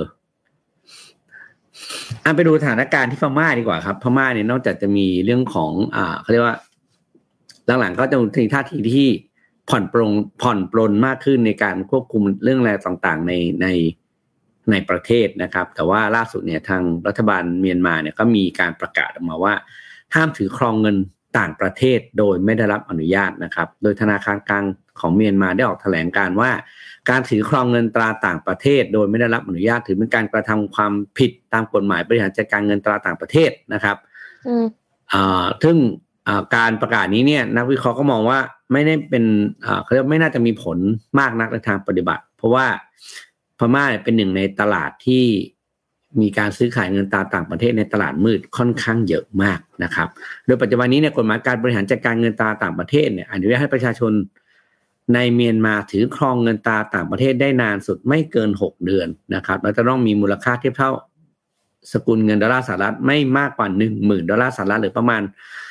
ไปดูสถานการณ์ที่พม่าดีกว่าครับพม่าเนี่ยนอกจากจะมีเรื่องของเขาเรียกว่าหลังๆก็จะมีท่าทีที่ผ่อนปรนมากขึ้นในการควบคุมเรื่องอะไรต่างๆในประเทศนะครับแต่ว่าล่าสุดเนี่ยทางรัฐบาลเมียนมาเนี่ยก็มีการประกาศออกมาว่าห้ามถือครองเงินต่างประเทศโดยไม่ได้รับอนุญาตนะครับโดยธนาคารกลางของเมียนมาได้ออกแถลงการว่าการถือครองเงินตราต่างประเทศโดยไม่ได้รับอนุญาตถือเป็นการกระทำความผิดตามกฎหมายบริหารจัดการเงินตราต่างประเทศนะครับซึ่งการประกาศนี้เนี่ยนักวิเคราะห์ก็มองว่าไม่ได้เป็นเขาเรียกไม่น่าจะมีผลมากนักในทางปฏิบัติเพราะว่าพม่าเป็นหนึ่งในตลาดที่มีการซื้อขายเงินตราต่างประเทศในตลาดมืดค่อนข้างเยอะมากนะครับโดยปัจจุบันนี้เนี่ยกฎหมายการบริหารจัดการเงินตราต่างประเทศเนี่ยอนุญาตให้ประชาชนในเมียนมาถือครองเงินตราต่างประเทศได้นานสุดไม่เกิน6เดือนนะครับและจะต้องมีมูลค่าเทียบเท่าสกุลเงินดอลลาร์สหรัฐไม่มากกว่า 10,000 ดอลลาร์สหรัฐหรือประมาณ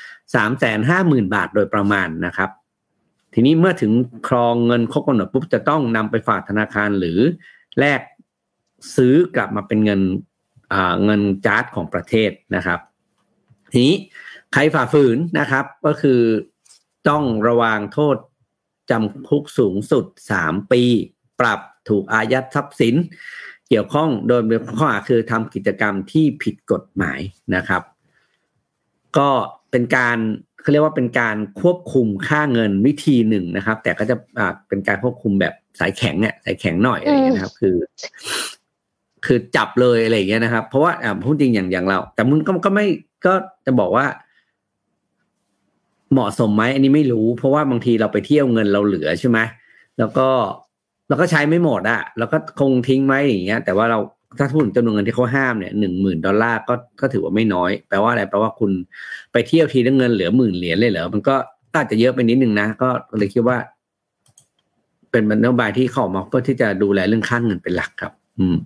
350,000 บาทโดยประมาณนะครับทีนี้เมื่อถึงครองเงินครบกำหนดปุ๊บจะต้องนำไปฝากธนาคารหรือแลกซื้อกลับมาเป็นเงินจาร์ดของประเทศนะครับทีนี้ใครฝ่าฝืนนะครับก็คือต้องระวางโทษจำคุกสูงสุด3ปีปรับถูกอายัดทรัพย์สินเกี่ยวข้องโดยเป็นข้อหาคือทำกิจกรรมที่ผิดกฎหมายนะครับก็เป็นการเขาเรียกว่าเป็นการควบคุมค่าเงินวิธีหนึ่งนะครับแต่ก็จะเป็นการควบคุมแบบสายแข็งสายแข็งหน่อยอะไรอย่างเงี้ยนะครับคือจับเลยอะไรอย่างเงี้ยนะครับเพราะว่าพูดจริงอย่างเราแต่มึงก็ไม่ก็จะบอกว่าเหมาะสมไหมอันนี้ไม่รู้เพราะว่าบางทีเราไปเที่ยวเงินเราเหลือใช่ไหมแล้วก็ใช้ไม่หมดแล้วก็คงทิ้งไว้อย่างเงี้ยแต่ว่าเราถ้าพูดถึงจำนวนเงินที่เขาห้ามเนี่ย 10,000 ดอลลาร์ก็ถือว่าไม่น้อยแปลว่าอะไรแปลว่าคุณไปเที่ยวทีได้เงินเหลือ10,000 เหรียญเลยเหรอมันก็อาจจะเยอะไปนิดนึงนะก็เลยคิดว่าเป็นนโยบายที่เข้ามาเพื่อที่จะดูแลเรื่องค่าเงินเป็นหลักครับ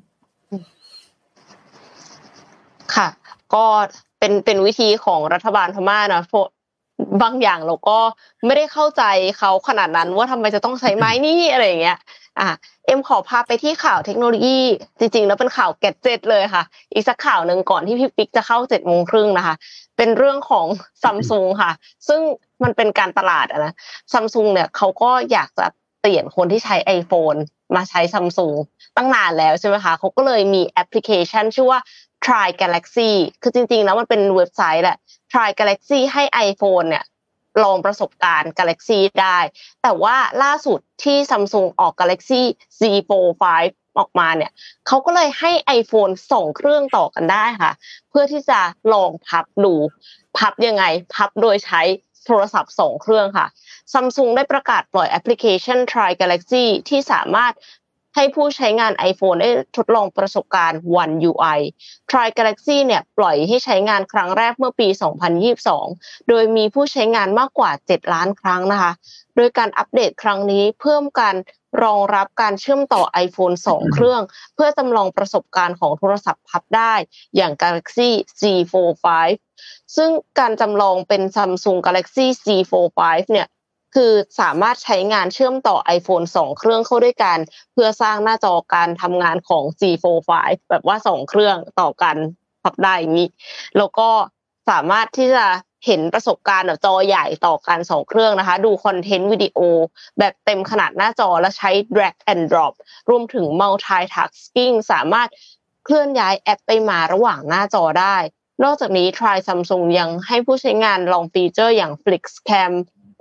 ค่ะก็เป็นวิธีของรัฐบาลพม่านะบางอย่างเราก็ไม่ได้เข้าใจเขาขนาดนั้นว่าทำไมจะต้องใช้ไม้นี่อะไรอย่างเงี้ยเอ็มขอพาไปที่ข่าวเทคโนโลยีจริงๆแล้วเป็นข่าวแกดเจ็ตเลยค่ะอีกสักข่าวนึงก่อนที่พี่ปิ๊กจะเข้า 7:30 นนะคะเป็นเรื่องของ Samsung ค่ะซึ่งมันเป็นการตลาดนะ Samsung เนี่ยเขาก็อยากจะเปลี่ยนคนที่ใช้ iPhone มาใช้ Samsung ตั้งนานแล้วใช่มั้ยคะเขาก็เลยมีแอปพลิเคชันชื่อว่า Try Galaxy คือจริงๆแล้วมันเป็นเว็บไซต์แหละ Try Galaxy ให้ iPhone เนี่ยลองประสบการณ์ Galaxy ได้แต่ว่าล่าสุดที่ Samsung ออก Galaxy Z Fold 5 ออกมาเนี่ยเขาก็เลยให้ iPhone 2 เครื่องต่อกันได้ค่ะเพื่อที่จะลองพับดูพับยังไงพับโดยใช้โทรศัพท์2เครื่องค่ะ Samsung ได้ประกาศปล่อยแอปพลิเคชัน Try Galaxy ที่สามารถให้ผู้ใช้งาน iPhone ได้ทดลองประสบการณ์ One UI Try Galaxy เนี่ยปล่อยให้ใช้งานครั้งแรกเมื่อปี 2022 โดยมีผู้ใช้งานมากกว่า 7 ล้านครั้งนะคะโดยการอัปเดตครั้งนี้เพิ่มการรองรับการเชื่อมต่อ iPhone 2 เครื่องเพื่อจำลองประสบการณ์ของโทรศัพท์พับได้อย่าง Galaxy Z Fold 5 ซึ่งการจำลองเป็น Samsung Galaxy Z Fold 5 เนี่ยคือสามารถใช้งานเชื่อมต่อ iPhone 2 เครื่องเข้าด้วยกันเพื่อสร้างหน้าจอการทำงานของ Z Fold 5 แบบว่า2เครื่องต่อกันพับได้อย่างนี้แล้วก็สามารถที่จะเห็นประสบการณ์แบบจอใหญ่ต่อกัน2เครื่องนะคะดูคอนเทนต์วิดีโอแบบเต็มขนาดหน้าจอและใช้ drag and drop รวมถึง multitasking สามารถเคลื่อนย้ายแอปไปมาระหว่างหน้าจอได้นอกจากนี้ Try Samsung ยังให้ผู้ใช้งานลองฟีเจอร์อย่าง Flix Cam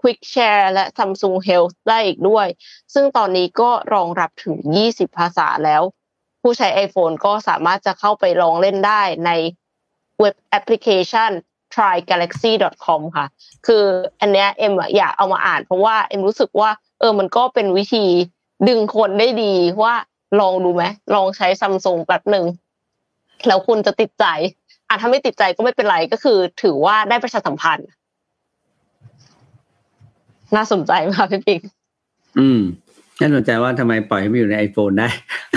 Quick Share และ Samsung Health ได้อีกด้วยซึ่งตอนนี้ก็รองรับถึง20ภาษาแล้วผู้ใช้ iPhone ก็สามารถจะเข้าไปลองเล่นได้ในเว็บแอปพลิเคชัน trygalaxy.com ค่ะคืออันเนี้ยเอ็มอยากเอามาอ่านเพราะว่าเอ็มรู้สึกว่ามันก็เป็นวิธีดึงคนได้ดีว่าลองดูไหมลองใช้ Samsung แป๊บนึงแล้วคุณจะติดใจถ้าไม่ติดใจก็ไม่เป็นไรก็คือถือว่าได้ประชาสัมพันธ์น่าสนใจมากพี่ปิ๊ก
น่าสนใจว่าทำไมปล่อยให้มันอยู่ใน iPhone ได้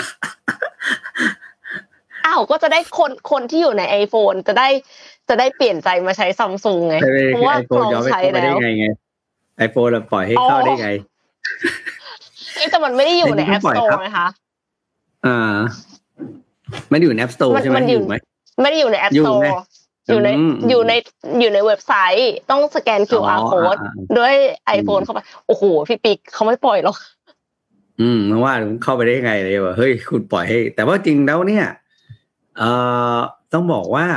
ก็จะได้คนที่อยู่ใน iPhone จะได้เปลี่ยนใจมาใช้ Samsung ไงเพราะว่าลองใช้แล้ว
iPhone เราปล่อยให้เข้าได้ไง
แต่มันไม่ได้อยู่ใน App Store นะคะ
ไม่ได้อยู่ใน App Store ใช่ไหมอยู่ไหม
ไม่ได้อยู่ใน App Store อยู่ในเว็บไซต์ต้องสแกน QR code ด้วย iPhone เข้าไปโอ้โหพี่ปิ๊กเขาไม่ปล่อยหรอก
เพราะว่าเข้าไปได้ไงเลยวะเฮ้ยคุณปล่อยให้แต่ว่าจริงแล้วเนี่ยต้องบอกว่า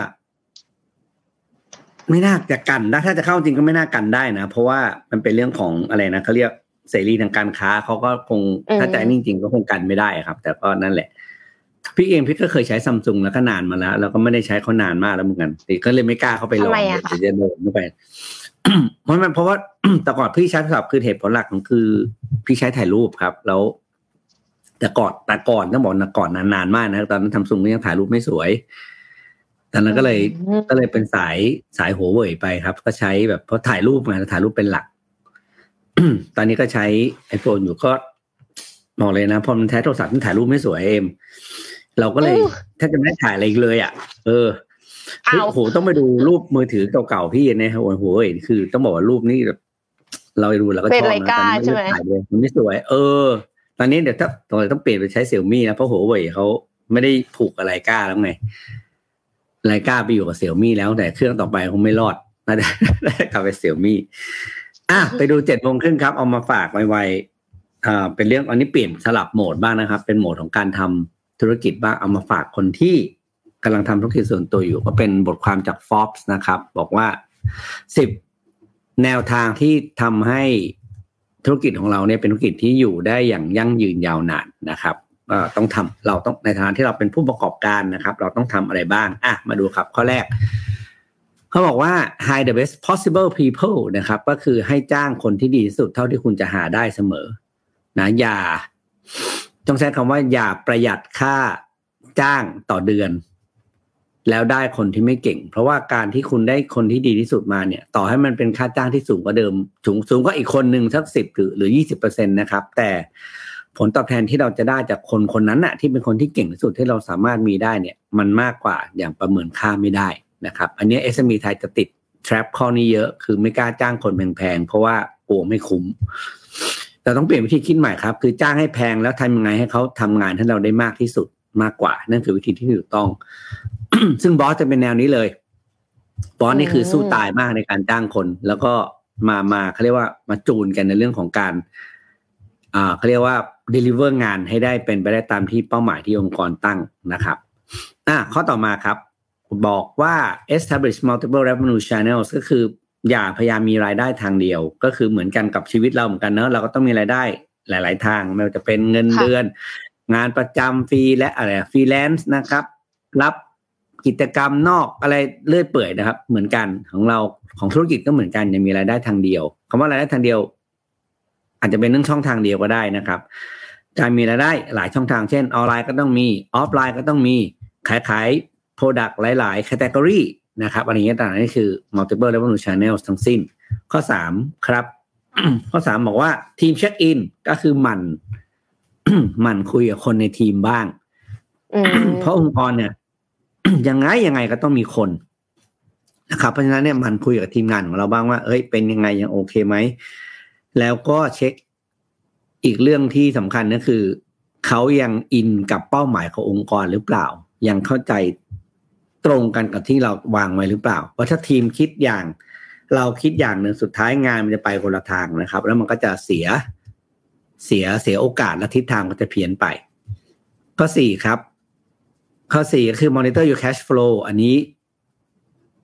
ไม่น่าจะกันได้ถ้าจะเข้าจริงก็ไม่น่ากันได้นะเพราะว่ามันเป็นเรื่องของอะไรนะเขาเรียกเสรีทางการค้าเขาก็คงถ้าใจจริงๆก็คงกันไม่ได้ครับแต่ก็นั่นแหละพี่ก็เคยใช้ Samsung แล้วก็นานมาแล้วก็ไม่ได้ใช้เขานานมากแล้วเหมือนกันก็เลยไม่กล้าเข้าไปลองจะโดนเข้าไปเพราะว่าแต่ก่อนพี่ใช้โทรศัพท์คือเหตุผลหลักของคือพี่ใช้ถ่ายรูปครับแล้วแต่ก่อนต้องบอกก่อนนานมากนะตอนนั้น Samsung ก็ยังถ่ายรูปไม่สวยตอนนั้นก็เลยเป็นสายหัวเว่ยไปครับก็ใช้แบบเพราะถ่ายรูปไงถ่ายรูปเป็นหลัก ตอนนี้ก็ใช้ iPhone อยู่ก็บอกเลยนะพอมันใช้โทรศัพท์ที่ถ่ายรูปไม่สวยเราก็เลยถ้าจะไม่ถ่ายอะไรเลยโหต้องไปดูรูปมือถือเก่าๆพี่ในหัวคือต้องบอกว่ารูปนี้แบบเราดูแล้วก็ชอบนะตอนนี้ไม่ถ่ายเลยมันไม่สวยตอนนี้เดี๋ยวต้องเปลี่ยนไปใช้ Xiaomi นะเพราะหัวเว่ยเขาไม่ได้ผูกอะไรกล้าแล้วไงไลกาไปอยู่กับ Xiaomi แล้วแต่เครื่องต่อไปคงไม่รอดน่าจะกลับไป Xiaomi ไปดู 7:30 นครับเอามาฝากไวๆเป็นเรื่องอันนี้เปลี่ยนสลับโหมดบ้างนะครับเป็นโหมดของการทำธุรกิจบ้างเอามาฝากคนที่กำลังทำธุรกิจส่วนตัวอยู่ก็เป็นบทความจาก Forbes นะครับบอกว่า10แนวทางที่ทำให้ธุรกิจของเราเนี่ยเป็นธุรกิจที่อยู่ได้อย่างยั่งยืนยาวนานนะครับเราต้องในฐานะที่เราเป็นผู้ประกอบการนะครับเราต้องทำอะไรบ้างมาดูครับข้อแรกเขาบอกว่า hire the best possible people นะครับก็คือให้จ้างคนที่ดีที่สุดเท่าที่คุณจะหาได้เสมอนะอย่าต้องใช้คำว่าอย่าประหยัดค่าจ้างต่อเดือนแล้วได้คนที่ไม่เก่งเพราะว่าการที่คุณได้คนที่ดีที่สุดมาเนี่ยต่อให้มันเป็นค่าจ้างที่สูงกว่าเดิมสูงกว่าอีกคนนึงสัก10หรือ 20% นะครับแต่ผลตอบแทนที่เราจะได้จากคนนั้นน่ะที่เป็นคนที่เก่งที่สุดที่เราสามารถมีได้เนี่ยมันมากกว่าอย่างประเมินค่าไม่ได้นะครับอันนี้ SME ไทยจะติด trap ข้อนี้เยอะคือไม่กล้าจ้างคนแพงๆเพราะว่ากลัวไม่คุ้มแต่ต้องเปลี่ยนวิธีคิดใหม่ครับคือจ้างให้แพงแล้วทำยังไงให้เขาทำงานให้เราได้มากที่สุดมากกว่านั่นคือวิธีที่ถูกต้อง ซึ่งบอสจะเป็นแนวนี้เลยบอสนี่คือสู้ตายมากในการจ้างคนแล้วก็มาเขาเรียกว่ามาจูนกันในเรื่องของการเขาเรียกว่า deliver งานให้ได้เป็นไปได้ตามที่เป้าหมายที่องค์กรตั้งนะครับข้อต่อมาครับบอกว่า establish multiple revenue channels ก็คืออย่าพยายามมีรายได้ทางเดียวก็คือเหมือนกันกับชีวิตเราเหมือนกันเนอะเราก็ต้องมีรายได้หลายๆทางไม่ว่าจะเป็นเงินเดือนงานประจำฟรีและอะไรฟรีแลนซ์นะครับรับกิจกรรมนอกอะไรเลื่อยเปื่อยนะครับเหมือนกันของเราของธุรกิจก็เหมือนกันยังมีรายได้ทางเดียวคำว่ารายได้ทางเดียวอาจจะเป็นเรื่องช่องทางเดียวก็ได้นะครับการมีรายได้หลายช่องทางเช่นออนไลน์ก็ต้องมีออฟไลน์ก็ต้องมีขาย product หลายๆ category นะครับอันนี้ต่างๆนี่คือ multiple revenue channels ทั้งสิ้นข้อ3ครับ ข้อ3บอกว่าทีมเช็คอินก็คือหมั่นคุยกับคนในทีมบ้างเพราะองค์กรเนี่ย ยังไงก็ต้องมีคนนะครับเพราะฉะนั้นเนี่ยมันคุยกับทีมงานของเราบ้างว่าเป็นยังไงยังโอเคไหมแล้วก็เช็คอีกเรื่องที่สำคัญก็คือเขายังอินกับเป้าหมายขององค์กรหรือเปล่ายังเข้าใจตรงกันกับที่เราวางไว้หรือเปล่าเพราะถ้าทีมคิดอย่างเราคิดอย่างนึงสุดท้ายงานมันจะไปคนละทางนะครับแล้วมันก็จะเสียโอกาสและทิศทางก็จะเพี้ยนไปข้อ4ครับข้อ4ก็คือ monitor your cash flow อันนี้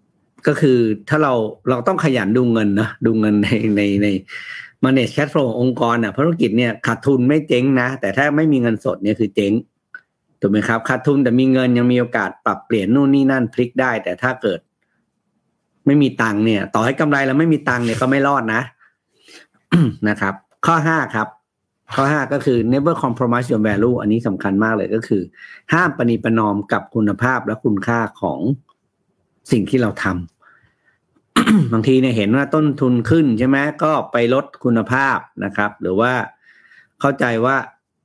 ก็คือถ้าเราต้องขยันดูเงินนะดูเงินใน manage cash flow ขององค์กรธุรกิจเนี่ยขาดทุนไม่เจ๊งนะแต่ถ้าไม่มีเงินสดเนี่ยคือเจ๊งถูกไหมครับขาดทุนแต่มีเงินยังมีโอกาสปรับเปลี่ยนนู่นนี่นั่นพลิกได้แต่ถ้าเกิดไม่มีตังค์เนี่ยต่อให้กำไรแล้วไม่มีตังค์เนี่ยก็ไม่รอดนะ นะครับข้อ5ครับข้อ5ก็คือ never compromise your value อันนี้สำคัญมากเลยก็คือห้ามประนีประนอมกับคุณภาพและคุณค่าของสิ่งที่เราทำ บางทีเนี่ยเห็นว่าต้นทุนขึ้นใช่ไหมก็ไปลดคุณภาพนะครับหรือว่าเข้าใจว่า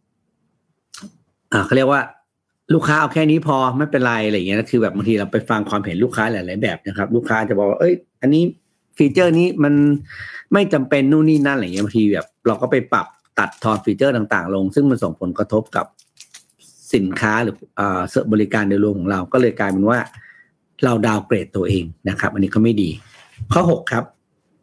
เขาเรียกว่าลูกค้าเอาแค่นี้พอไม่เป็นไรอะไรอย่างเงี้ยคือแบบบางทีเราไปฟังความเห็นลูกค้าหลายๆแบบนะครับลูกค้าจะบอกว่าอันนี้ฟีเจอร์นี้มันไม่จำเป็นนู่นนี่นั่นอะไรอย่างเงี้ยบางทีแบบเราก็ไปปรับตัดทอนฟีเจอร์ต่างๆลงซึ่งมันส่งผลกระทบกับสินค้าหรือบริการโดยรวมของเราก็เลยกลายเป็นว่าเราดาวเกรดตัวเองนะครับอันนี้ก็ไม่ดีข้อ6ครับ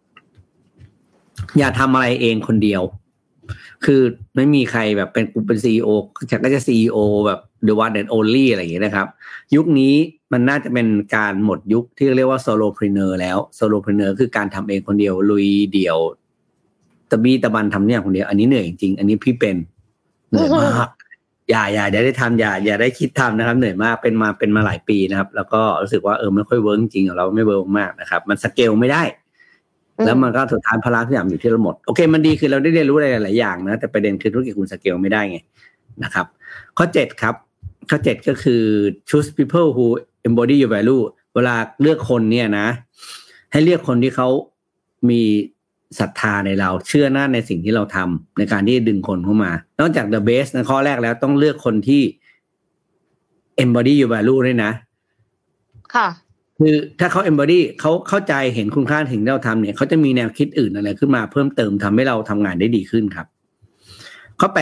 อย่าทำอะไรเองคนเดียวคือไม่มีใครแบบเป็น CEO ฉันก็จะ CEO แบบ the one and only อะไรอย่างเงี้ยนะครับยุคนี้มันน่าจะเป็นการหมดยุคที่เรียกว่า solopreneur แล้ว solopreneur คือการทำเองคนเดียวลุยเดี่ยวตะบี้ตะบันทำเนี่ยคนเดียวอันนี้เหนื่อยจริงๆอันนี้พี่เป็นเหนื่อยมากอย่าได้ทำอย่าได้คิดทำนะครับเหนื่อยมากเป็นมาหลายปีนะครับแล้วก็รู้สึกว่าไม่ค่อยเวิร์กจริงๆเราไม่เวิร์กมากนะครับมันสเกลไม่ได้แล้วมันก็สุดท้ายพลังทุกอย่างอยู่ที่เราหมดโอเคมันดีคือเราได้เรียนรู้อะไรหลายอย่างนะแต่ประเด็นคือธุรกิจคุณสเกลไม่ได้ไงนะครับข้อ7ครับข้อ7ก็คือ choose people who embody your value เวลาเลือกคนเนี่ยนะให้เลือกคนที่เขามีศรัทธาในเราเชื่อหน้าในสิ่งที่เราทำในการที่ดึงคนเข้ามานอกจาก the best ในข้อแรกแล้วต้องเลือกคนที่ embody your value ด้วยนะ
ค่ะ
คือถ้าเขา embody เขาเข้าใจเห็นคุณค่าสิ่งที่เราทำเนี่ยเขาจะมีแนวคิดอื่นอะไรขึ้นมาเพิ่มเติมทำให้เราทำงานได้ดีขึ้นครับข้อ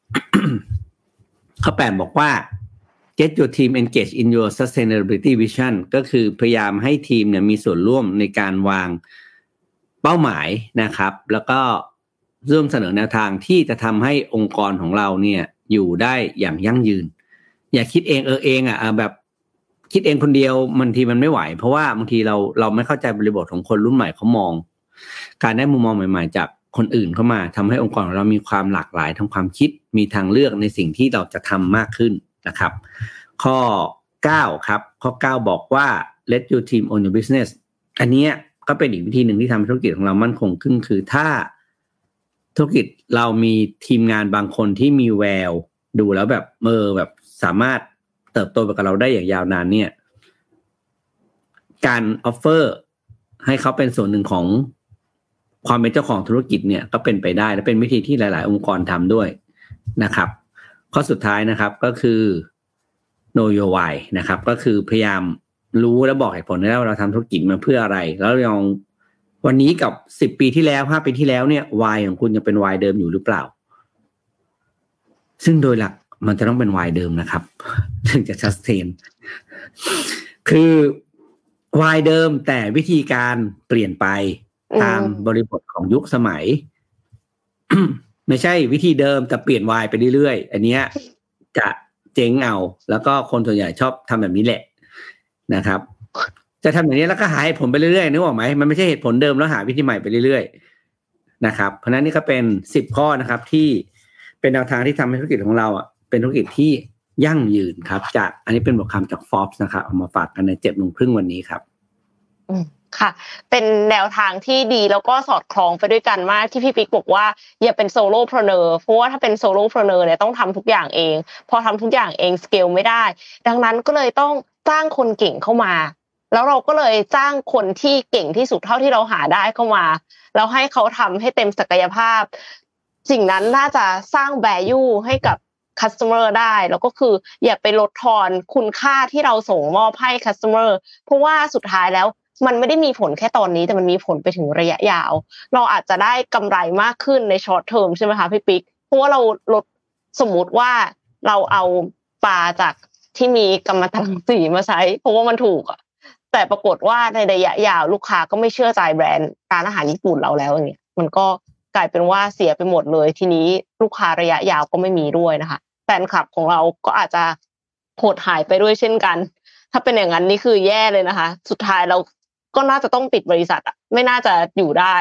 8 ข้อ 8บอกว่า get your team engaged in your sustainability vision ก็คือพยายามให้ทีมเนี่ยมีส่วนร่วมในการวางเป้าหมายนะครับแล้วก็ร่วมเสนอแนวทางที่จะทำให้องค์กรของเราเนี่ยอยู่ได้อย่างยั่งยืนอย่าคิดเองแบบคิดเองคนเดียวบางทีมันไม่ไหวเพราะว่าบางทีเราไม่เข้าใจบริบทของคนรุ่นใหม่เขามองการได้มุมมองใหม่ๆจากคนอื่นเข้ามาทำให้องค์กรของเรามีความหลากหลายทางความคิดมีทางเลือกในสิ่งที่เราจะทำมากขึ้นนะครับข้อ9ครับข้อ9บอกว่า let your team own your business อันนี้ก็เป็นอีกวิธีหนึ่งที่ทำให้ธุรกิจของเรามั่นคงขึ้นคือถ้าธุรกิจเรามีทีมงานบางคนที่มีแววดูแล้วแบบแบบสามารถเติบโตไปกับเราได้อย่างยาวนานเนี่ยการออฟเฟอร์ให้เขาเป็นส่วนหนึ่งของความเป็นเจ้าของธุรกิจเนี่ยก็เป็นไปได้และเป็นวิธีที่หลายๆองค์กรทำด้วยนะครับข้อสุดท้ายนะครับก็คือ know your why นะครับก็คือพยายามรู้และบอกเหตุผลได้ว่าเราทำธุรกิจมาเพื่ออะไรแล้วลองวันนี้กับ10ปีที่แล้ว5ปีที่แล้วเนี่ย why ของคุณยังเป็น why เดิมอยู่หรือเปล่าซึ่งโดยหลักมันจะต้องเป็น why เดิมนะครับถึงจะ sustain คือ why เดิมแต่วิธีการเปลี่ยนไปตามบริบทของยุคสมัย ไม่ใช่วิธีเดิมแต่เปลี่ยน why ไปเรื่อยๆอันเนี้ยจะเจ๊งเอาแล้วก็คนส่วนใหญ่ชอบทำแบบนี้แหละนะครับจะทำอย่างนี้แล้วก็หาเหตุผลไปเรื่อยๆนึกออกไหมมันไม่ใช่เหตุผลเดิมแล้วหาวิธีใหม่ไปเรื่อยๆนะครับเพราะนั้นนี่ก็เป็น10ข้อนะครับที่เป็นแนวทางที่ทำให้ธุรกิจของเราเป็นธุรกิจที่ยั่งยืนครับจากอันนี้เป็นบทความจาก Forbes นะครับเอามาฝากกันใน 7:30 น.วันนี้ครับ
ค่ะเป็นแนวทางที่ดีแล้วก็สอดคล้องไปด้วยกันมากที่พี่ปิ๊กบอกว่าอย่าเป็นโซโล่พรีเนอร์เพราะว่าถ้าเป็นโซโล่พรีเนอร์เนี่ยต้องทำทุกอย่างเองพอทำทุกอย่างเองสเกลไม่ได้ดังนั้นก็เลยต้องจ้างคนเก่งเข้ามาแล้วเราก็เลยจ้างคนที่เก่งที่สุดเท่าที่เราหาได้เข้ามาแล้วให้เขาทำให้เต็มศักยภาพสิ่งนั้นน่าจะสร้าง value ให้กับ customer ได้แล้วก็คืออย่าไปลดทอนคุณค่าที่เราส่งมอบให้ customer เพราะว่าสุดท้ายแล้วมันไม่ได้มีผลแค่ตอนนี้แต่มันมีผลไปถึงระยะยาวเราอาจจะได้กำไรมากขึ้นใน short term ใช่ไหมคะพี่ปิ๊กเพราะว่าเราลดสมมุติว่าเราเอาปลาจากที่มีกัมมันตรังสีมาใช้เพราะว่ามันถูกแต่ปรากฏว่าในระยะยาวลูกค้าก็ไม่เชื่อใจแบรนด์ร้านอาหารญี่ปุ่นเราแล้วอย่างเงี้ยมันก็กลายเป็นว่าเสียไปหมดเลยทีนี้ลูกค้าระยะยาวก็ไม่มีด้วยนะคะแฟนคลับของเราก็อาจจะหดหายไปด้วยเช่นกันถ้าเป็นอย่างนั้นนี่คือแย่เลยนะคะสุดท้ายเราก็น่าจะต้องปิดบริษัทอ่ะไม่น่าจะอยู่ได้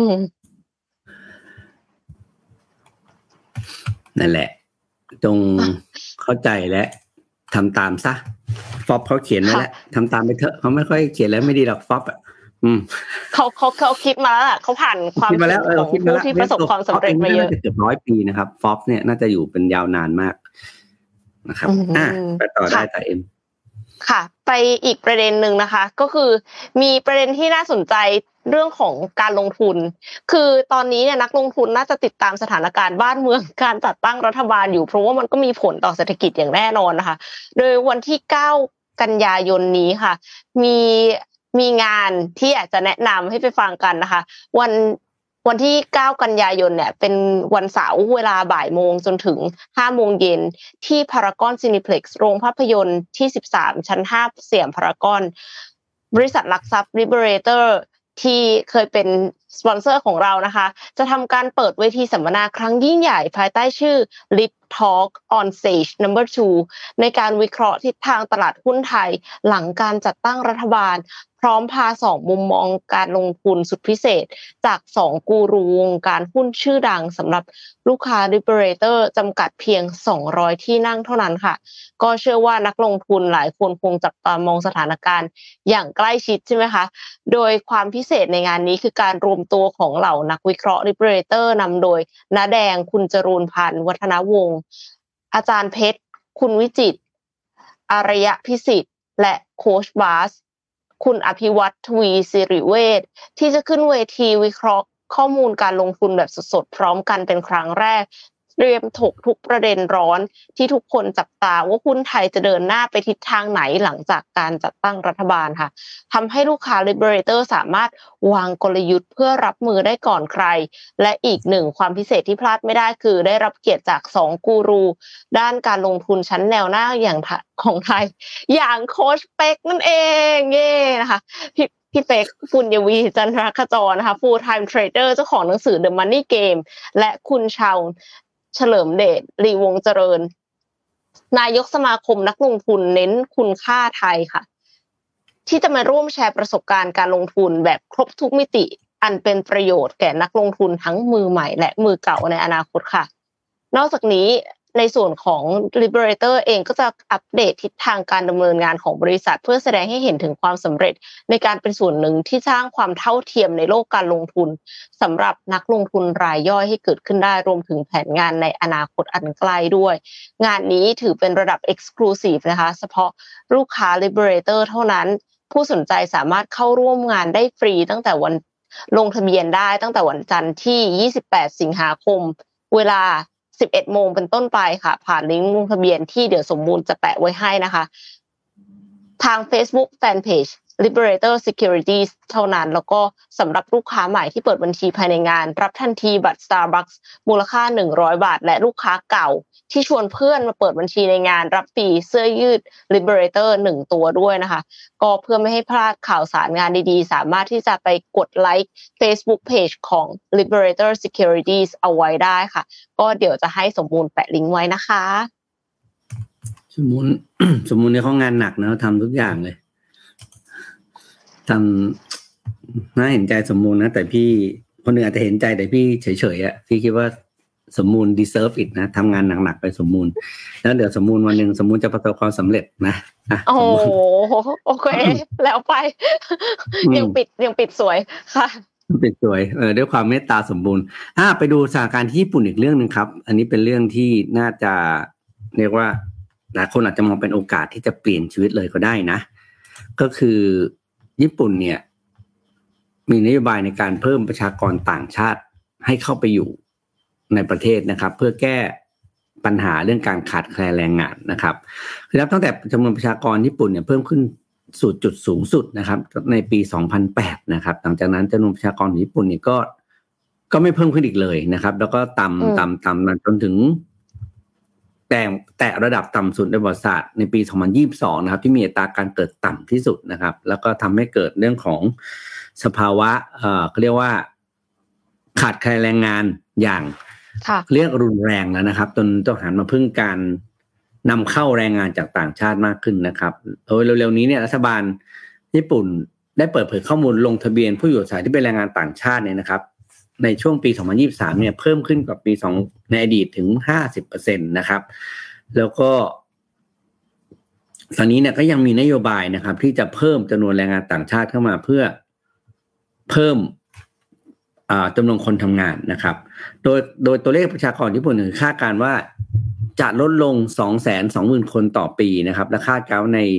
นั่นแหละจงเข้าใจและทำตามซะฟอบเขาเขียนไว้แล้วทำตามไปเถอะเขาไม่ค่อยเขียนแล้วไม่ดีหรอกฟอบอ่ะ
เขาคิดมาแล้วเขาผ่านความคิดของผู้ที่ประสบความสำเร็จมาเยอะ
เกือบ100 ปีนะครับฟอบเนี่ยน่าจะอยู่เป็นยาวนานมากนะครับไปต่อได้ต่อเอ็ม
ค่ะไปอีกประเด็นหนึ่งนะคะก็คือมีประเด็นที่น่าสนใจเรื่องของการลงทุนคือตอนนี้เนี่ยนักลงทุนน่าจะติดตามสถานการณ์บ้านเมืองการจัดตั้งรัฐบาลอยู่เพราะว่ามันก็มีผลต่อเศรษฐกิจอย่างแน่นอนนะคะโดยวันที่9 กันยายนนี้ค่ะมีงานที่อยากจะแนะนำให้ไปฟังกันนะคะวันที่9 กันยายนเนี่ยเป็นวันเสาร์เวลาบ่ายโมงจนถึง5 โมงเย็นที่พารากอนซินิเพล็กซ์โรงภาพยนตร์ที่13ชั้น5สยามพารากอนบริษัทหลักทรัพย์ Liberator ที่เคยเป็นสปอนเซอร์ของเรานะคะจะทำการเปิดเวทีสัมมนาครั้งยิ่งใหญ่ภายใต้ชื่อ Lip Talk on Stage No. 2ในการวิเคราะห์ทิศทางตลาดหุ้นไทยหลังการจัดตั้งรัฐบาลพร้อมพา2มุมมองการลงทุนสุดพิเศษจาก2กูรูวงการหุ้นชื่อดังสำหรับลูกค้า Liberator จำกัดเพียง200ที่นั่งเท่านั้นค่ะก็เชื่อว่านักลงทุนหลายคนคงจับตามองสถานการณ์อย่างใกล้ชิดใช่ไหมคะโดยความพิเศษในงานนี้คือการรวมตัวของเหล่านักวิเคราะห์ Liberator นำโดยณแดงคุณจรูนพันธ์วัฒนวงศ์อาจารย์เพชรคุณวิจิตรอารยพิสิทธิ์และโค้ชบาสคุณอภิวัตรทวีสิริเวชที่จะขึ้นเวทีวิเคราะห์ข้อมูลการลงทุนแบบสดๆพร้อมกันเป็นครั้งแรกเตรียมถกทุกประเด็นร้อนที่ทุกคนจับตาว่าหุ้นไทยจะเดินหน้าไปทิศทางไหนหลังจากการจัดตั้งรัฐบาลค่ะทำให้ลูกค้า Liberator สามารถวางกลยุทธ์เพื่อรับมือได้ก่อนใครและอีกหนึ่งความพิเศษที่พลาดไม่ได้คือได้รับเกียรติจาก2กูรูด้านการลงทุนชั้นแนวหน้าอย่างของไทยอย่างโค้ชเป็กนั่นเองเย้นะคะพี่เป็กปุญญวีจันทรขจรนะคะ Full Time Trader เจ้าของหนังสือ The Money Game และคุณชาวเฉลิมเดชลีวงเจริญนายกสมาคมนักลงทุนเน้นคุณค่าไทยค่ะที่จะมาร่วมแชร์ประสบการณ์การลงทุนแบบครบทุกมิติอันเป็นประโยชน์แก่นักลงทุนทั้งมือใหม่และมือเก่าในอนาคตค่ะนอกจากนี้ในส่วนของ Liberator เองก็จะอัปเดตทิศทางการดำเนินงานของบริษัทเพื่อแสดงให้เห็นถึงความสำเร็จในการเป็นส่วนหนึ่งที่สร้างความเท่าเทียมในโลกการลงทุนสำหรับนักลงทุนรายย่อยให้เกิดขึ้นได้รวมถึงแผนงานในอนาคตอันใกล้ด้วยงานนี้ถือเป็นระดับ Exclusive นะคะเฉพาะลูกค้า Liberator เท่านั้นผู้สนใจสามารถเข้าร่วมงานได้ฟรีตั้งแต่วันลงทะเบียนได้ตั้งแต่วันจันทร์ที่28 สิงหาคมเวลา11 โมงเป็นต้นไปค่ะผ่านลิงก์ลงทะเบียนที่เดี๋ยวสมบูรณ์จะแปะไว้ให้นะคะทาง Facebook Fanpage Liberator Securities เท่านั้นแล้วก็สำหรับลูกค้าใหม่ที่เปิดบัญชีภายในงานรับทันทีบัตร Starbucks มูลค่า100 บาทและลูกค้าเก่าที่ชวนเพื่อนมาเปิดบัญชีในงานรับฟรีเสื้อยืด Liberator 1 ตัวด้วยนะคะก็เพื่อไม่ให้พลาดข่าวสารงานดีๆสามารถที่จะไปกดไลค์ Facebook Page ของ Liberator Securities เอาไว้ได้ค่ะก็เดี๋ยวจะให้สมบูรณ์แปะลิงก์ไว้นะคะ
สมมุติเนี่ยเขางานหนักนะทำทุกอย่างเลยทำน่าเห็นใจสมมูลนะแต่พี่คนหนึ่งอาจจะเห็นใจแต่พี่เฉยๆอ่ะพี่คิดว่าสมมูล deserve it นะทำงานหนักๆไปสมมูลแล้วเดี๋ยวสมมูลวันหนึ่งสมมูลจะประสบความสำเร็จนะ
โอ้โอเคแล้วไปยังปิดสวยค่ะ
ปิดสวยด้วยความเมตตาสมบูรณ์ไปดูสถานการณ์ที่ญี่ปุ่นอีกเรื่องนึงครับอันนี้เป็นเรื่องที่น่าจะเรียกว่าหลายคนอาจจะมองเป็นโอกาสที่จะเปลี่ยนชีวิตเลยก็ได้นะก็คือญี่ปุ่นเนี่ยมีนโยบายในการเพิ่มประชากรต่างชาติให้เข้าไปอยู่ในประเทศนะครับเพื่อแก้ปัญหาเรื่องการขาดแคลนแรงงานนะครับคือตั้งแต่จำนวนประชากรญี่ปุ่นเนี่ยเพิ่มขึ้นสู่จุดสูงสุดนะครับในปี2008นะครับหลังจากนั้นจำนวนประชากรของญี่ปุ่นเนี่ยก็ไม่เพิ่มขึ้นอีกเลยนะครับแล้วก็ต่ำจนถึงแต่ระดับต่ำสุดในประวัติศาสตร์ในปี2022นะครับที่มีอัตราการเกิดต่ำที่สุดนะครับแล้วก็ทำให้เกิดเรื่องของสภาวะเขาเรียกว่าขาดแคลนแรงงานอย่างเรียกรุนแรงแล้วนะครับจนต้องหันมาพึ่งการนำเข้าแรงงานจากต่างชาติมากขึ้นนะครับโดยเร็วๆนี้เนี่ยรัฐบาลญี่ปุ่นได้เปิดเผยข้อมูลลงทะเบียนผู้อยู่อาศัยที่เป็นแรงงานต่างชาติเนี่ยนะครับในช่วงปี2023เนี่ยเพิ่มขึ้นกว่าปีในอดีตถึง 50% นะครับแล้วก็ตอนนี้เนี่ยก็ยังมีนโยบายนะครับที่จะเพิ่มจำนวนแรงงานต่างชาติเข้ามาเพื่อเพิ่มจำนวนคนทำงานนะครับโดยตัวเลขประชากรญี่ปุ่นคาดการณ์ว่าจะลดลง 220,000 คนต่อปีนะครับและคาดการณ์ใน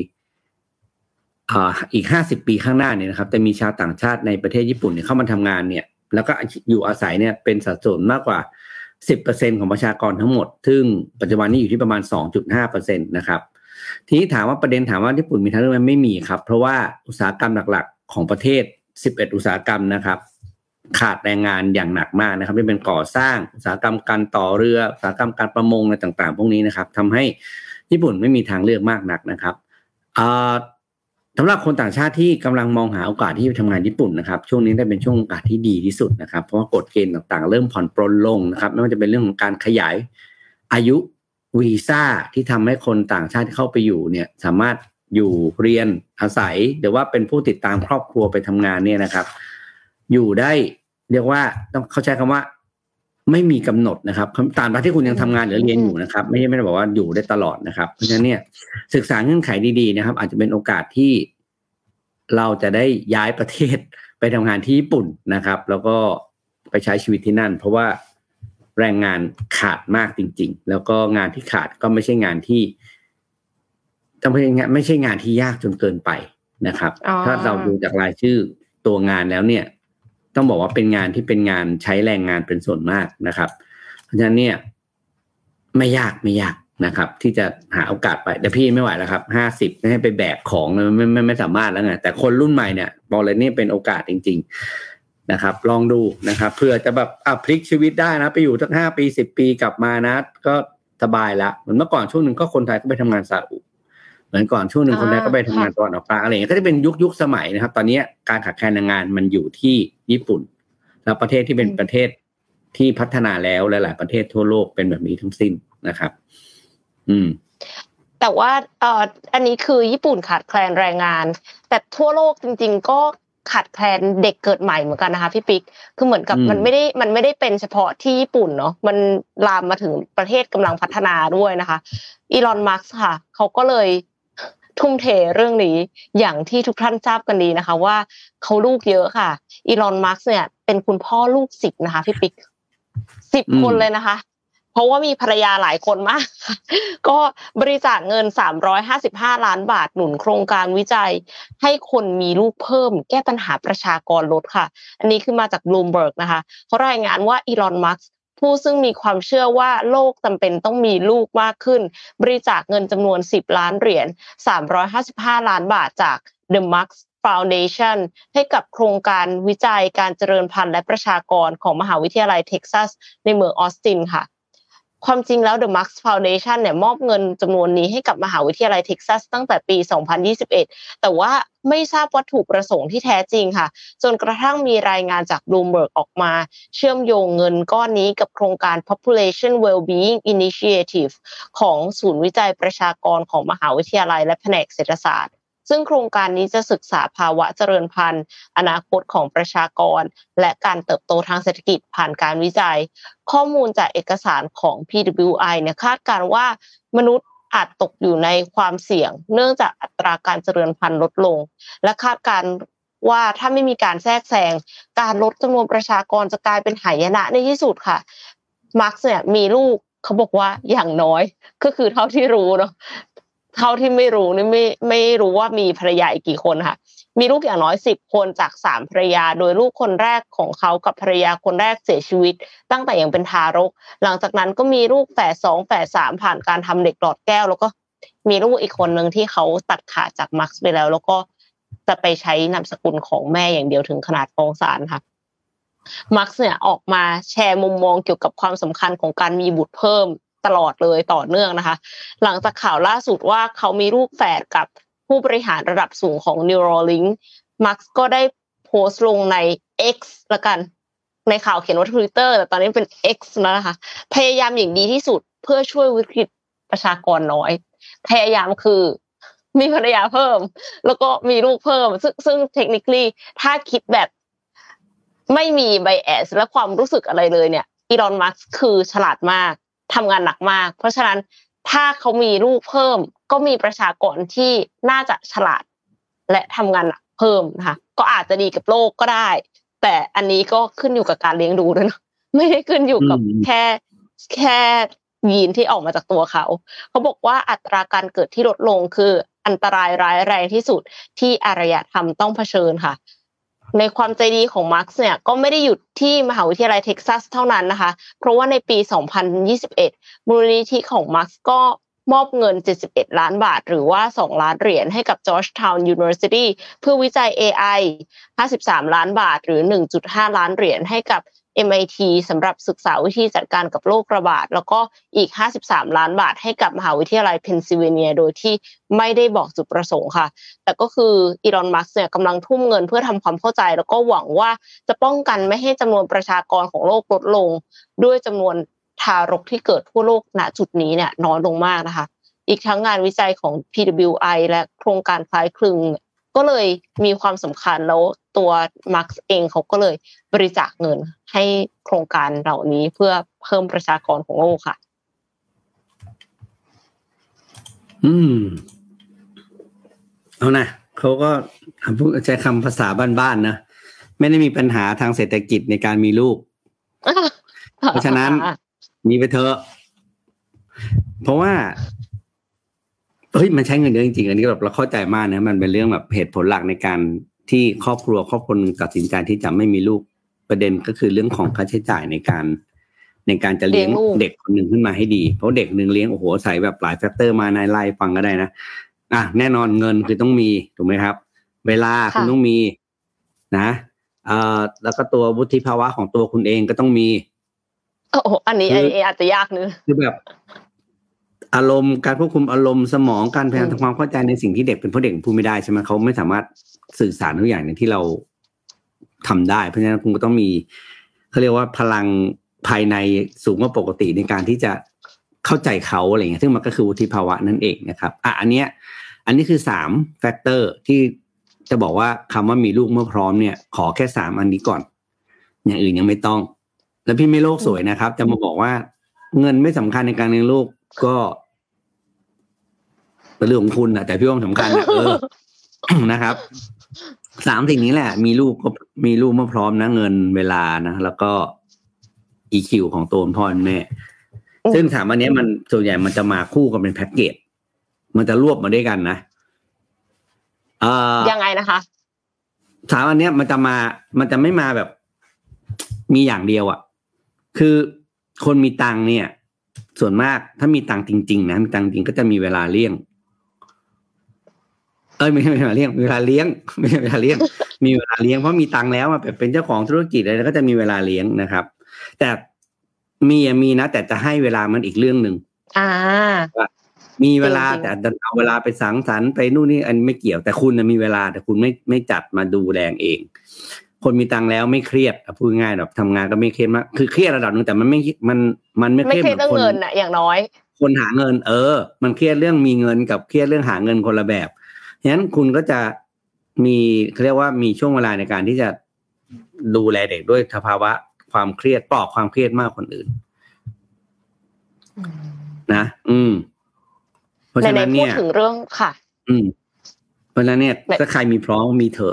อีก50ปีข้างหน้าเนี่ยนะครับจะมีชาวต่างชาติในประเทศญี่ปุ่นเนี่ยเข้ามาทำงานเนี่ยแล้วก็อยู่อาศัยเนี่ยเป็นสัดส่วนมากกว่า 10% ของประชากรทั้งหมดซึ่งปัจจุบันนี้อยู่ที่ประมาณ 2.5% นะครับทีนี้ถามว่าญี่ปุ่นมีทางเลือกไหมไม่มีครับเพราะว่าอุตสาหกรรมหลักๆของประเทศ11อุตสาหกรรมนะครับขาดแรงงานอย่างหนักมากนะครับที่เป็นก่อสร้างอุตสาหกรรมการต่อเรืออุตสาหกรรมการประมงอะไรต่างๆพวกนี้นะครับทำให้ญี่ปุ่นไม่มีทางเลือกมากนักนะครับสำหรับคนต่างชาติที่กำลังมองหาโอกาสที่จะทำงานญี่ปุ่นนะครับช่วงนี้ได้เป็นช่วงโอกาสที่ดีที่สุดนะครับเพราะว่ากฎเกณฑ์ต่างๆเริ่มผ่อนปรนลงนะครับไม่ว่าจะเป็นเรื่องของการขยายอายุวีซ่าที่ทำให้คนต่างชาติที่เข้าไปอยู่เนี่ยสามารถอยู่เรียนอาศัยหรือว่าเป็นผู้ติดตามครอบครัวไปทำงานเนี่ยนะครับอยู่ได้เรียกว่าต้องเข้าใจคำว่าไม่มีกำหนดนะครับตามที่คุณยังทำงานหรือเรียนอยู่นะครับไม่ได้บอกว่าอยู่ได้ตลอดนะครับเพราะฉะนั้นเนี่ยศึกษาเงื่อนไขดีๆนะครับอาจจะเป็นโอกาสที่เราจะได้ย้ายประเทศไปทำงานที่ญี่ปุ่นนะครับแล้วก็ไปใช้ชีวิตที่นั่นเพราะว่าแรงงานขาดมากจริงๆแล้วก็งานที่ขาดก็ไม่ใช่งานที่ไม่ใช่งานที่ยากจนเกินไปนะครับถ้าเราดูจากรายชื่อตัวงานแล้วเนี่ยต้องบอกว่าเป็นงานที่เป็นงานใช้แรงงานเป็นส่วนมากนะครับเพราะฉะนั้นเนี่ยไม่ยากนะครับที่จะหาโอกาสไปแต่พี่ไม่ไหวแล้วครับ50ไม่ให้ไปแบกของไม่สามารถแล้วไงแต่คนรุ่นใหม่เนี่ยบอกเลยนี่เป็นโอกาสจริงๆนะครับลองดูนะครับเพื่อจะแบบพลิกชีวิตได้นะไปอยู่สัก5ปี10ปีกลับมานะก็สบายละเหมือนเมื่อก่อนช่วงนึงก็คนไทยก็ไปทำงานซาอุเหมือนก่อนช่วงนึงคนไทยก็ไปทำงานตะวันออกกลางอะไรอย่างเงี้ยก็จะเป็นยุคสมัยนะครับตอนนี้การขาดแคลนแรงงานมันอยู่ที่ญี่ปุ่นแล้วประเทศที่เป็นประเทศที่พัฒนาแล้วหลายๆประเทศทั่วโลกเป็นแบบนี้ทั้งสิ้นนะครับ
แต่ว่าอันนี้คือญี่ปุ่นขาดแคลนแรงงานแต่ทั่วโลกจริงๆก็ขาดแคลนเด็กเกิดใหม่เหมือนกันนะคะพี่ปิ๊กคือเหมือนกับมันไม่ได้เป็นเฉพาะที่ญี่ปุ่นเนาะมันลามมาถึงประเทศกำลังพัฒนาด้วยนะคะอีลอนมัสก์ค่ะเขาก็เลยทุ่มเทเรื่องนี้อย่างที่ทุกท่านทราบกันดีนะคะว่าเขาลูกเยอะค่ะอีลอนมัสก์เนี่ยเป็นคุณพ่อลูก10นะคะพี่ปิ๊ก10คนเลยนะคะเพราะว่ามีภรรยาหลายคนมากก็บริจาคเงิน355ล้านบาทหนุนโครงการวิจัยให้คนมีลูกเพิ่มแก้ปัญหาประชากรลดค่ะอันนี้คือมาจาก Bloomberg นะคะเขารายงานว่าอีลอนมัสก์ผู้ซึ่งมีความเชื่อว่าโลกจำเป็นต้องมีลูกมากขึ้นบริจาคเงินจำนวน10ล้านเหรียญ355ล้านบาทจาก The Max Foundation ให้กับโครงการวิจัยการเจริญพันธุ์และประชากรของมหาวิทยาลัยเท็กซัสในเมืองออสตินค่ะความจริงแล้ว The Max Foundation เนี่ยมอบเงินจำนวนนี้ให้กับมหาวิทยาลัยเท็กซัสตั้งแต่ปี2021แต่ว่าไม่ทราบวัตถุประสงค์ที่แท้จริงค่ะจนกระทั่งมีรายงานจาก Bloomberg ออกมาเชื่อมโยงเงินก้อนนี้กับโครงการ Population Wellbeing Initiative ของศูนย์วิจัยประชากรของมหาวิทยาลัยและแผนกเศรษฐศาสตร์ซึ่งโครงการนี้จะศึกษาภาวะเจริญพันธุ์อนาคตของประชากรและการเติบโตทางเศรษฐกิจผ่านการวิจัยข้อมูลจากเอกสารของ PWI เนี่ยคาดการณ์ว่ามนุษย์อาจตกอยู่ในความเสี่ยงเนื่องจากอัตราการเจริญพันธุ์ลดลงและคาดการณ์ว่าถ้าไม่มีการแทรกแซงการลดจำนวนประชากรจะกลายเป็นหายนะในที่สุดค่ะมาร์คเนี่ยมีลูกเขาบอกว่าอย่างน้อยก็คือเท่าที่รู้เนาะเท่าที่ไม่รู้นี่ไม่รู้ว่ามีภรรยาอีกกี่คนค่ะมีลูกอย่างน้อย10คนจาก3ภรรยาโดยลูกคนแรกของเขากับภรรยาคนแรกเสียชีวิตตั้งแต่ยังเป็นทารกหลังจากนั้นก็มีลูกแฝด2แฝด3ผ่านการทำเด็กหลอดแก้วแล้วก็มีลูกอีกคนนึงที่เขาตัดขาดจากมักซ์ไปแล้วก็จะไปใช้นามสกุลของแม่อย่างเดียวถึงขนาดฟ้องศาลค่ะมักซ์เนี่ยออกมาแชร์มุมมองเกี่ยวกับความสำคัญของการมีบุตรเพิ่มตลอดเลยต่อเนื่องนะคะหลังจากข่าวล่าสุดว่าเขามีลูกแฝดกับผู้บริหารระดับสูงของ Neuralink มักซ์ก็ได้โพสต์ลงใน X ละกันในข่าวเขียนว่า Twitter แต่ตอนนี้เป็น X แล้วนะคะพยายามอย่างดีที่สุดเพื่อช่วยวิกฤตประชากรน้อยพยายามคือมีภรรยาเพิ่มแล้วก็มีลูกเพิ่มซึ่ง technically ถ้าคิดแบบไม่มี bias และความรู้สึกอะไรเลยเนี่ยอีลอนมัสก์คือฉลาดมากทำงานหนักมากเพราะฉะนั้นถ้าเขามีลูกเพิ่มก็มีประชากรที่น่าจะฉลาดและทำงานหนักเพิ่มนะคะก็อาจจะดีกับโลกก็ได้แต่อันนี้ก็ขึ้นอยู่กับการเลี้ยงดูด้วยนะไม่ได้ขึ้นอยู่กับแค่ยีนที่ออกมาจากตัวเขาบอกว่าอัตราการเกิดที่ลดลงคืออันตรายร้ายแรงที่สุดที่อารยธรรมต้องเผชิญค่ะในความใจดีของมาร์กซ์เนี่ยก็ไม่ได้หยุดที่มหาวิทยาลัยเท็กซัสเท่านั้นนะคะเพราะว่าในปี 2021 มูลนิธิของมาร์กซ์ก็มอบเงิน71ล้านบาทหรือว่า2ล้านเหรียญให้กับ Georgetown University เพื่อวิจัย AI 53ล้านบาทหรือ 1.5 ล้านเหรียญให้กับ MIT สำหรับศึกษาวิธีจัดการกับโรคระบาดแล้วก็อีก53ล้านบาทให้กับมหาวิทยาลัยเพนซิลเวเนียโดยที่ไม่ได้บอกจุดประสงค์ค่ะแต่ก็คืออีลอนมัสก์เนี่ยกำลังทุ่มเงินเพื่อทำความเข้าใจแล้วก็หวังว่าจะป้องกันไม่ให้จำนวนประชากรของโลกลดลงด้วยจำนวนทารกที่เกิดทั่วโลกณจุดนี้เนี่ยน้อยลงมากนะคะอีกทั้งงานวิจัยของ PWI และโครงการคล้ายคลึงก็เลยมีความสำคัญแล้วตัวมาร์กซ์เองเขาก็เลยบริจาคเงินให้โครงการเหล่านี้เพื่อเพิ่มประชากรของโลกค่ะ
เอานะเขาก็ใช้คำภาษาบ้านๆนะไม่ได้มีปัญหาทางเศรษฐกิจในการมีลูกเพราะฉะนั้นมีไปเถอะเพราะว่ามันใช้เงินเยอะจริงๆอันนี้เราเข้าใจมากนะมันเป็นเรื่องแบบเหตุผลหลักในการที่ครอบครัวนึงตัดสินใจที่จะไม่มีลูกประเด็นก็คือเรื่องของค่าใช้จ่ายในการจะเลี้ยงเด็กคนหนึ่งขึ้นมาให้ดีเพราะเด็กนึงเลี้ยงโอ้โหใส่แบบหลายแฟกเตอร์มาในไล่ฟังก็ได้นะแน่นอนเงินคือต้องมีถูกไหมครับเวลาคุณต้องมีนะแล้วก็ตัววุฒิภาวะของตัวคุณเองก็ต้องมี
อันนี้อาจจะยากนึง
คือแบบอารมณ์การควบคุมอารมณ์สมองการพยายามทำความเข้าใจในสิ่งที่เด็กเป็นเพราะเด็กพูดไม่ได้ใช่ไหมเขาไม่สามารถสื่อสารทุกอย่างอย่างที่เราทำได้เพราะฉะนั้นคุณก็ต้องมีเขาเรียกว่าพลังภายในสูงกว่าปกติในการที่จะเข้าใจเขาอะไรเงี้ยซึ่งมันก็คือวุฒิภาวะนั่นเองนะครับอันนี้คือ3แฟกเตอร์ที่จะบอกว่าคำว่ามีลูกเมื่อพร้อมเนี่ยขอแค่3อันนี้ก่อนอย่างอื่นยังไม่ต้องแล้วพี่ไม่โลกสวยนะครับจะมาบอกว่าเงินไม่สำคัญในการเลี้ยงลูกก็เป็นเรื่องของคุณนะแต่พี่ว่าสำคัญนะนะครับ3สิ่งนี้แหละมีลูกก็มีลูกเมื่อพร้อมนะเงินเวลานะแล้วก็ EQ ของตัวพ่อแม่ซึ่ง3อันนี้มันส่วนใหญ่มันจะมาคู่กันเป็นแพ็คเกจมันจะรวบมาด้วยกันนะ
ยังไงนะคะ
3อันนี้มันจะไม่มาแบบมีอย่างเดียวอ่ะคือคนมีตังค์เนี่ยส่วนมากถ้ามีตังค์จริงๆนะมีตังค์จริงก็จะมีเวลาเลี้ยงไม่ใช่เวลาเลี้ยงมีเวลาเลี้ยงไม่ใช่เวลาเลี้ยงมีเวลาเลี้ยงเพราะมีตังค์แล้วแบบเป็นเจ้าของธุรกิจอะไรแล้วก็จะมีเวลาเลี้ยงนะครับแต่มีนะแต่จะให้เวลามันอีกเรื่องนึงมีเวลาแต่เอาเวลาไปสังสรรค์ไปนู่นนี่อันไม่เกี่ยวแต่คุณมีเวลาแต่คุณไม่จัดมาดูแลเองคนมีตังค์แล้วไม่เครียดพูดง่ายแบบทำงานก็ไม่เครียดมากคือเครียดระดับนึงแต่มันไม่เครียด
เรื่องเงินน่ะอย่างน้อย
คนหาเงินมันเครียดเรื่องมีเงินกับเครียดเรื่องหาเงินคนละแบบฉะนั้นคุณก็จะมีเขาเรียกว่ามีช่วงเวลาในการที่จะดูแลเด็กด้วยสภาวะความเครียดปลอบความเครียดมากคนอื่นนะเพราะฉะนั้นเนี่ย
พูดถึงเรื่องค่ะ
เพราะฉะนั้นเนี่ยถ้าใครมีพร้อมมีเถอะ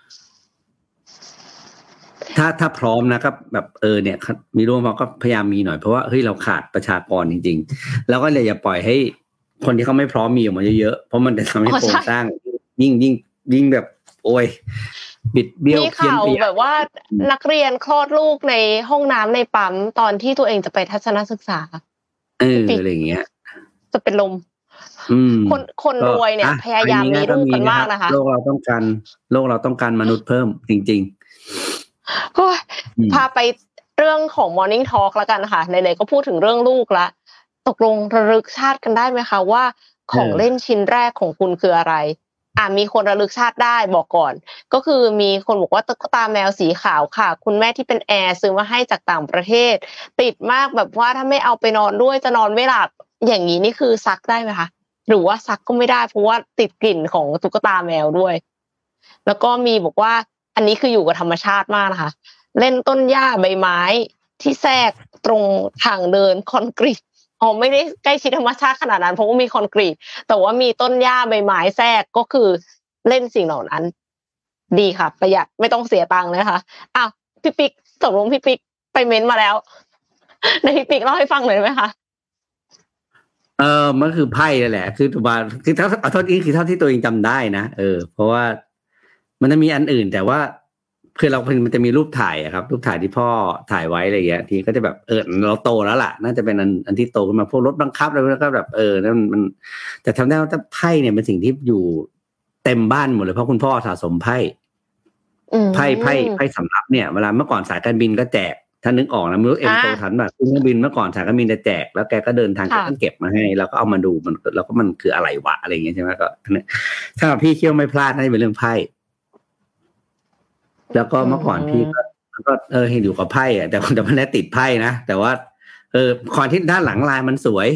ถ้าพร้อมนะครับแบบเนี่ยมีร่วมเราก็พยายามมีหน่อยเพราะว่าเฮ้ยเราขาดประชากรจริงๆแล้วก็เลยอย่าปล่อยให้คนที่เขาไม่พร้อมมีออกมาเยอะๆเพราะมันจะทำให้โครงสร้างยิ่งแบบโอ้ยบิดเบี้ยว
เพี้ยนไปแบบว่านักเรียนคลอดลูกในห้องน้ำในปั๊มตอนที่ตัวเองจะไปทัศนศึกษา
อะไรอย่างเงี้ย
จะเป็นลมคนรวยเนี่ยพยายามมีลูกกันมากนะคะ
โลกเราต้องการมนุษย์เพิ่มจริง
ๆพาไปเรื่องของ Morning Talk แล้วกันค่ะไหนๆก็พูดถึงเรื่องลูกละตกลงระลึกชาติกันได้ไหมคะว่าของเล่นชิ้นแรกของคุณคืออะไรมีคนระลึกชาติได้บอกก่อนก็คือมีคนบอกว่าตุ๊กตาแมวสีขาวค่ะคุณแม่ที่เป็นแอร์ซื้อมาให้จากต่างประเทศติดมากแบบว่าถ้าไม่เอาไปนอนด้วยจะนอนไม่หลับอย่างนี้นี่คือซักได้ไหมคะหรือว่าซักก็ไม่ได้เพราะว่าติดกลิ่นของตุ๊กตาแมวด้วยแล้วก็มีบอกว่าอันนี้คืออยู่กับธรรมชาติมากนะคะเล่นต้นหญ้าใบไม้ที่แทรกตรงทางเดินคอนกรีตไม่ได้ใกล้ชิดธรรมชาติขนาดนั้นเพราะว่ามีคอนกรีตแต่ว่ามีต้นหญ้าใบไม้แทรกก็คือเล่นสิ่งเหล่านั้นดีค่ะประหยัดไม่ต้องเสียตังค์เลยค่ะอ้าวพี่ปิ๊กตกลงพี่ปิ๊กไปเม้นมาแล้วในพี่ปิ๊กเล่าให้ฟังหน่อยได้ไหมคะ
มันคือไพ่นั่นแหละคือตัวคือเท่านี้คือเท่าที่ตัวเองจำได้นะเพราะว่ามันจะมีอันอื่นแต่ว่าคือมันจะมีรูปถ่ายอะครับรูปถ่ายที่พ่อถ่ายไว้อะไรอย่างเงี้ยทีก็จะแบบเราโตแล้วล่ะน่าจะเป็นอันที่โตขึ้นมาพวกรถบังคับแล้วก็แบบนั่นมันแต่ทำได้ว่าไพ่เนี่ยเป็นสิ่งที่อยู่เต็มบ้านหมดเลยเพราะคุณพ่อสะสมไพ่สำรับเนี่ยเวลาเมื่อก่อนสายการบินก็แจกถ้านึกออกนะไม่รู้โตทันแบบเครื่องบินเมื่อก่อนสายการบินจะแจกแล้วแกก็เดินทางแกก็เก็บมาให้แล้วก็เอามาดูมันแล้วก็มันคืออะไรวะอะไรอย่างเงี้ยใช่ไหมก็ถ้าพี่เคี่ยวไม่พลาดน่าจะเป็นเรื่องไพ่แล้วก็เมื่อก่อนพี่ก็เห็นอยู่กับไพ่อะแต่ไม่ได้ติดไพ่นะแต่ว่าคอนที่ด้านหลังลายมันสวย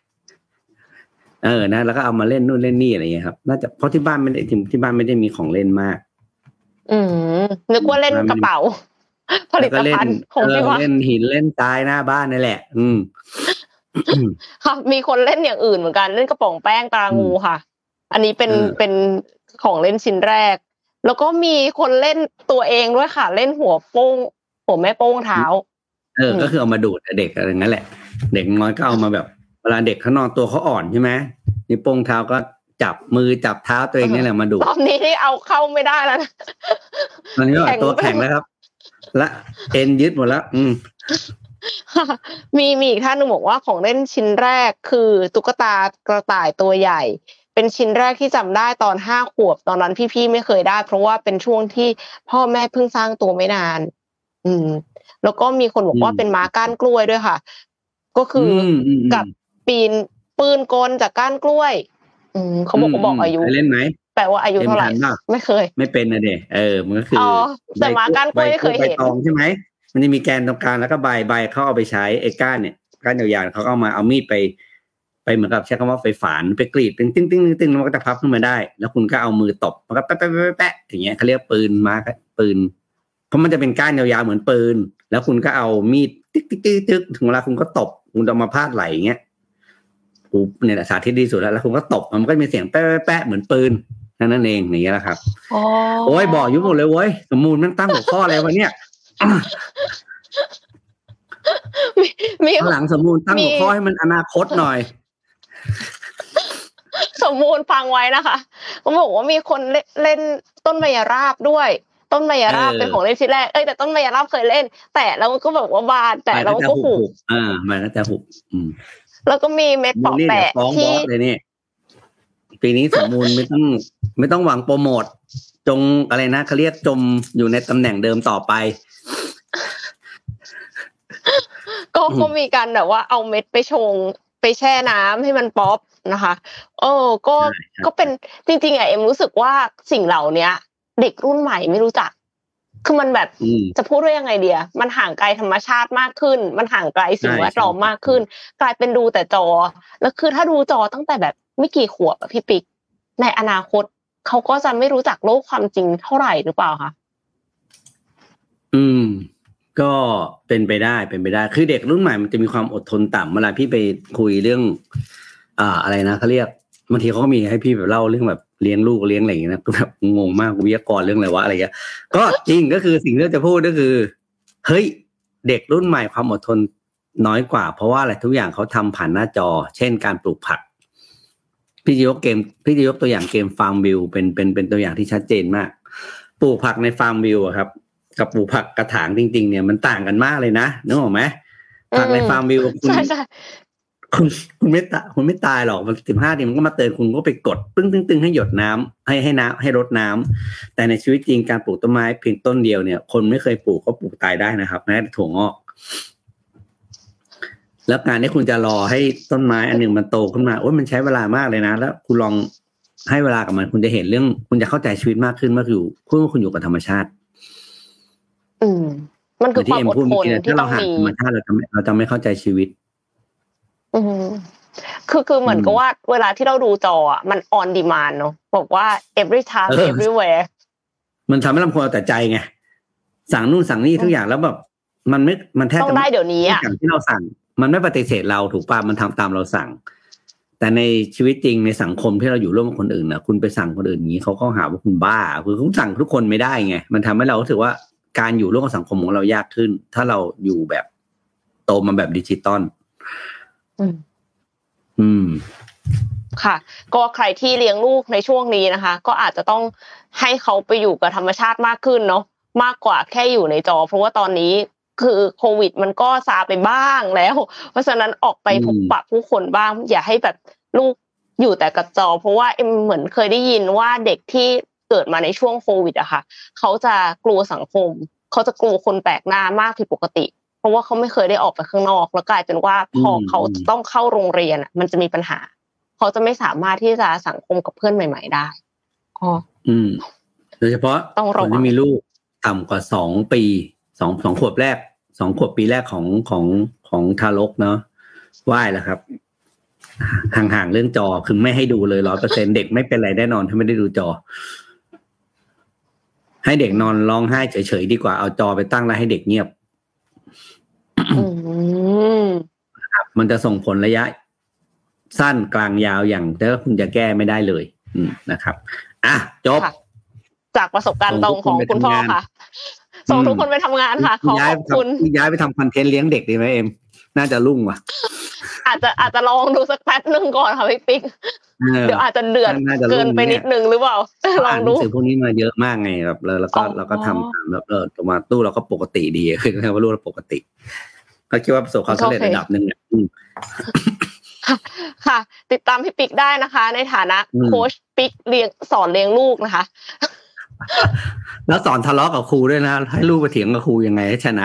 นะแล้วก็เอามาเล่นนู่นเล่นนี่อะไรอย่างเงี้ยครับน่าจะเพราะที่บ้านไม่ได้มีของเล่นมาก
นึกว่าเล่นกระเป๋าผลิตภัณฑ์ของพี่ว่า
เล่นหินเล่นทรายหน้าบ้านนี่แหละ
ค่ะมีคนเล่นอย่างอื่นเหมือนกันเล่นกระป๋องแป้งตรางูค่ะอันนี้เป็นของเล่นชิ้นแรกแล้วก็มีคนเล่นตัวเองด้วยค่ะเล่นหัวแม่โป้งเท้า
ก็คือเอามาดูดเด็กอะไรอย่างนั้นแหละเด็กน้อยก็เอามาแบบเวลาเด็กเขานอนตัวเขาอ่อนใช่ไหมนี่โป้งเท้าก็จับมือจับเท้าตัวเองนี่แหละมาดูด
ตอนนี้นี่เอาเข้าไม่ได้แล้วนะ
ตอนนี้ตัวแข็งแล้วครับและเอ็นยึดหมดแล้ว
มีอีกท่านนึงบอกว่าของเล่นชิ้นแรกคือตุ๊กตากระต่ายตัวใหญ่เป็นชิ้นแรกที่จำได้ตอน5 ขวบตอนนั้นพี่ๆไม่เคยได้เพราะว่าเป็นช่วงที่พ่อแม่เพิ่งสร้างตัวไม่นานแล้วก็มีคนบอกว่าเป็นม้าก้านกล้วยด้วยค่ะก็คือกับปืนกลจากก้านกล้วยเขาบอกอายุ
เล่นไหม
แปลว่าอายุเท่าไหร่ไม่เคย
ไม่เป็นนะเด็กมันก็คือ
แต่ม้าก้านกล้วยไม่เคยเห็น
ใบตองใช่ไหมมันจะมีแกนตรงกลางแล้วก็ใบเขาเอาไปใช้ไอ้ก้านเนี่ยก้านยาวๆเขาเอามาเอามีดไปเหมือนกับใช้คำว่าไฟฝานไปกรีดเป็นติ้งๆแล้วมันก็จะพับขึ้นมาได้แล้วคุณก็เอามือตบมันก็แปะอย่างเงี้ยเขาเรียกปืนม้าปืนเพราะมันจะเป็นก้านยาวๆเหมือนปืนแล้วคุณก็เอามีดติ๊กถึงเวลาคุณก็ตบคุณจะมาพาดไหลอย่างเงี้ยกูเนี่ยแหละสาธิตดีสุดแล้วคุณก็ตบมันก็มีเสียงแปะเหมือนปืนนั่นเองอย่างเงี้ยแหละครับโอ้ยบอกยุ่งหมดเลยเว้ยสมมูลมันตั้งหัวข้ออะไรวะเนี่ยมีหลังสมมูลตั้งหัวข้อให้มันอนาคตหน่อย
สมมูลฟังไว้นะคะเขาบอกว่ามีคนเล่นต้นมะยราบด้วยต้นมะยราบเป็นของเล่นชิ้นแรกแต่ต้นมะยราบเคยเล่นแต่แล้วก็แบบว่าบานแต่แล้วก็หุบ
มันก็จะหุบ
แล้วก็มีเม็ดปอกแปะที่
ปีนี้สมมูลไม่ต้องหวังโปรโมทจงอะไรนะเขาเรียกจมอยู่ในตำแหน่งเดิมต่อไป
ก็มีการแบบว่าเอาเม็ดไปชงไปแช่น้ำให้มันป๊อปนะคะก็เป็นจริงๆเอ็มรู้สึกว่าสิ่งเหล่านี้เด็กรุ่นใหม่ไม่รู้จักคือมันแบบจะพูดว่ายังไงเดียมันห่างไกลธรรมชาติมากขึ้นมันห่างไกลสิ่งแวดล้อมมากขึ้นกลายเป็นดูแต่จอแล้วคือถ้าดูจอตั้งแต่แบบไม่กี่ขวบพี่ปิ๊กในอนาคตเขาก็จะไม่รู้จักโลกความจริงเท่าไหร่หรือเปล่าคะ
ก็เป็นไปได้คือเด็กรุ่นใหม่มันจะมีความอดทนต่ำเวลาพี่ไปคุยเรื่องอะไรนะเขาเรียกบางทีเขาก็มีให้พี่แบบเล่าเรื่องแบบเลี้ยงลูกเลี้ยงอะไรอย่างเงี้ยนะแบบงงมากวิทยากรเรื่องอะไรวะอะไรเงี้ยก็จริงก็คือสิ่งที่จะพูดก็คือเฮ้ยเด็กรุ่นใหม่ความอดทนน้อยกว่าเพราะว่าอะไรทุกอย่างเขาทำผ่านหน้าจอเช่นการปลูกผักพี่จะยกตัวอย่างเกมฟาร์มวิวเป็นตัวอย่างที่ชัดเจนมากปลูกผักในฟาร์มวิวครับกับปลูกผักกระถางจริงๆเนี่ยมันต่างกันมากเลยนะนึกออกไหมผักในฟาร์มวิวคุณไม่ตายหรอกมัน15 นาทีมันก็มาเตือนคุณก็ไปกดตึ้งให้หยดน้ำให้รดน้ำแต่ในชีวิตจริงการปลูกต้นไม้เพียงต้นเดียวเนี่ยคนไม่เคยปลูกก็ปลูกตายได้นะครับแม้แต่ถั่วงอกแล้วการที่คุณจะรอให้ต้นไม้อันหนึ่งมันโตขึ้นมามันใช้เวลามากเลยนะแล้วคุณลองให้เวลากับมันคุณจะเห็นเรื่องคุณจะเข้าใจชีวิตมากขึ้นเมื่อคุณอยู่กับธรรมชาติ
มันคือความอดทนที่
เราห่างธรรมชาติเราจะไม่เข้าใจชีวิต
คือเหมือนกับว่าเวลาที่เราดูจออ่ะมัน on demand เนาะบอกว่า every time everywhere
มันทำให้เราควรเอาแต่ใจไงสั่งนู่นสั่งนี่ทุกอย่างแล้วแบบมันแทบ
ต้องได้เดี๋ยวนี้อ่ะ
อย่างที่เราสั่งมันไม่ปฏิเสธเราถูกป่ะมันทำตามเราสั่งแต่ในชีวิตจริงในสังคมที่เราอยู่ร่วมกับคนอื่นนะคุณไปสั่งคนอื่นอย่างนี้เขาก็หาว่าคุณบ้าคือคุณสั่งทุกคนไม่ได้ไงมันทำให้เรารู้สึกว่าการอยู่ร่วมกับสังคมของเรายากขึ้นถ้าเราอยู่แบบโตมาแบบดิจิตอล
ค่ะก็ใครที่เลี้ยงลูกในช่วงนี้นะคะก็อาจจะต้องให้เขาไปอยู่กับธรรมชาติมากขึ้นเนาะมากกว่าแค่อยู่ในจอเพราะว่าตอนนี้คือโควิดมันก็ซาไปบ้างแล้วเพราะฉะนั้นออกไปพบปะผู้คนบ้างอย่าให้แบบลูกอยู่แต่กับจอเพราะว่าเหมือนเคยได้ยินว่าเด็กที่เกิดมาในช่วงโควิดอะค่ะเขาจะกลัวสังคมเขาจะกลัวคนแปลกหน้ามากผิดปกติเพราะว่าเขาไม่เคยได้ออกไปข้างนอกแล้วกลายเป็นว่าพอเขาต้องเข้าโรงเรียนมันจะมีปัญหาเขาจะไม่สามารถที่จะสังคมกับเพื่อนใหม่ๆได้ก็
โดยเฉพาะคนที่มีลูกต่ำกว่า2 ปี2 ขวบแรก2 ขวบปีแรกของทารกเนาะไหว้แล้วครับห่างๆเรื่องจอคือไม่ให้ดูเลย 100% เด็กไม่เป็นไรแน่นอนถ้าไม่ได้ดูจอให้เด็กนอนร้องไห้เฉยๆดีกว่าเอาจอไปตั้งแล้วให้เด็กเงียบมันจะส่งผลระยะสั้นกลางยาวอย่างแต่ว่าคุณจะแก้ไม่ได้เลยนะครับจบ
จากประสบการณ์ตรงของคุณพ่อค่ะส่งทุกคนไปทำงานค่ะขอบคุณ
ย้ายไปทำคอนเทนต์เลี้ยงเด็กดีไหมเอ็มน่าจะรุ่งว่ะ
อาจจะลองดูสักแป๊บนึงก่อนค่ะพี่ปิ๊กเดี๋ยวอาจจะเดือดเกินไปนิดนึงหรือเปล่าลองดู
สื่อพวกนี้มาเยอะมากไงแบบแล้วก็ทำแบบตัวมาตู้เราก็ปกติดีคือว่ารู้เราปกติก็คิดว่าประสบความสำเร็จระดับนึงเนี่ย
ค่ะติดตามพี่ปิ๊กได้นะคะในฐานะโค้ชปิ๊กสอนเลี้ยงลูกนะคะ
แล้วสอนทะเลาะกับครูด้วยนะให้ลูกไปเถียงกับครูยังไงให้ชนะ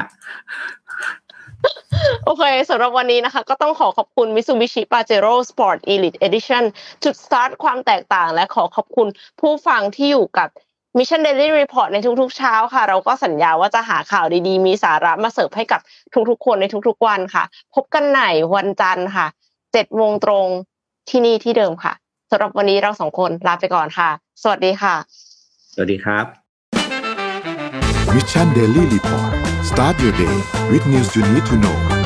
โอเคสำหรับวันนี้นะคะก็ต้องขอบคุณ Mitsubishi Pajero Sport Elite Edition จุดสตาร์ทความแตกต่างและขอบคุณผู้ฟังที่อยู่กับ Mission Daily Report ในทุกๆเช้าค่ะเราก็สัญญาว่าจะหาข่าวดีๆมีสาระมาเสิร์ฟให้กับทุกๆคนในทุกๆวันค่ะพบกันใหม่วันจันทร์ค่ะ 7:00 นตรงที่นี่ที่เดิมค่ะสำหรับวันนี้เรา2 คนลาไปก่อนค่ะสวัสดีค่ะ
สวัสดีครับ
Mission Daily Report Start your day with news you need to know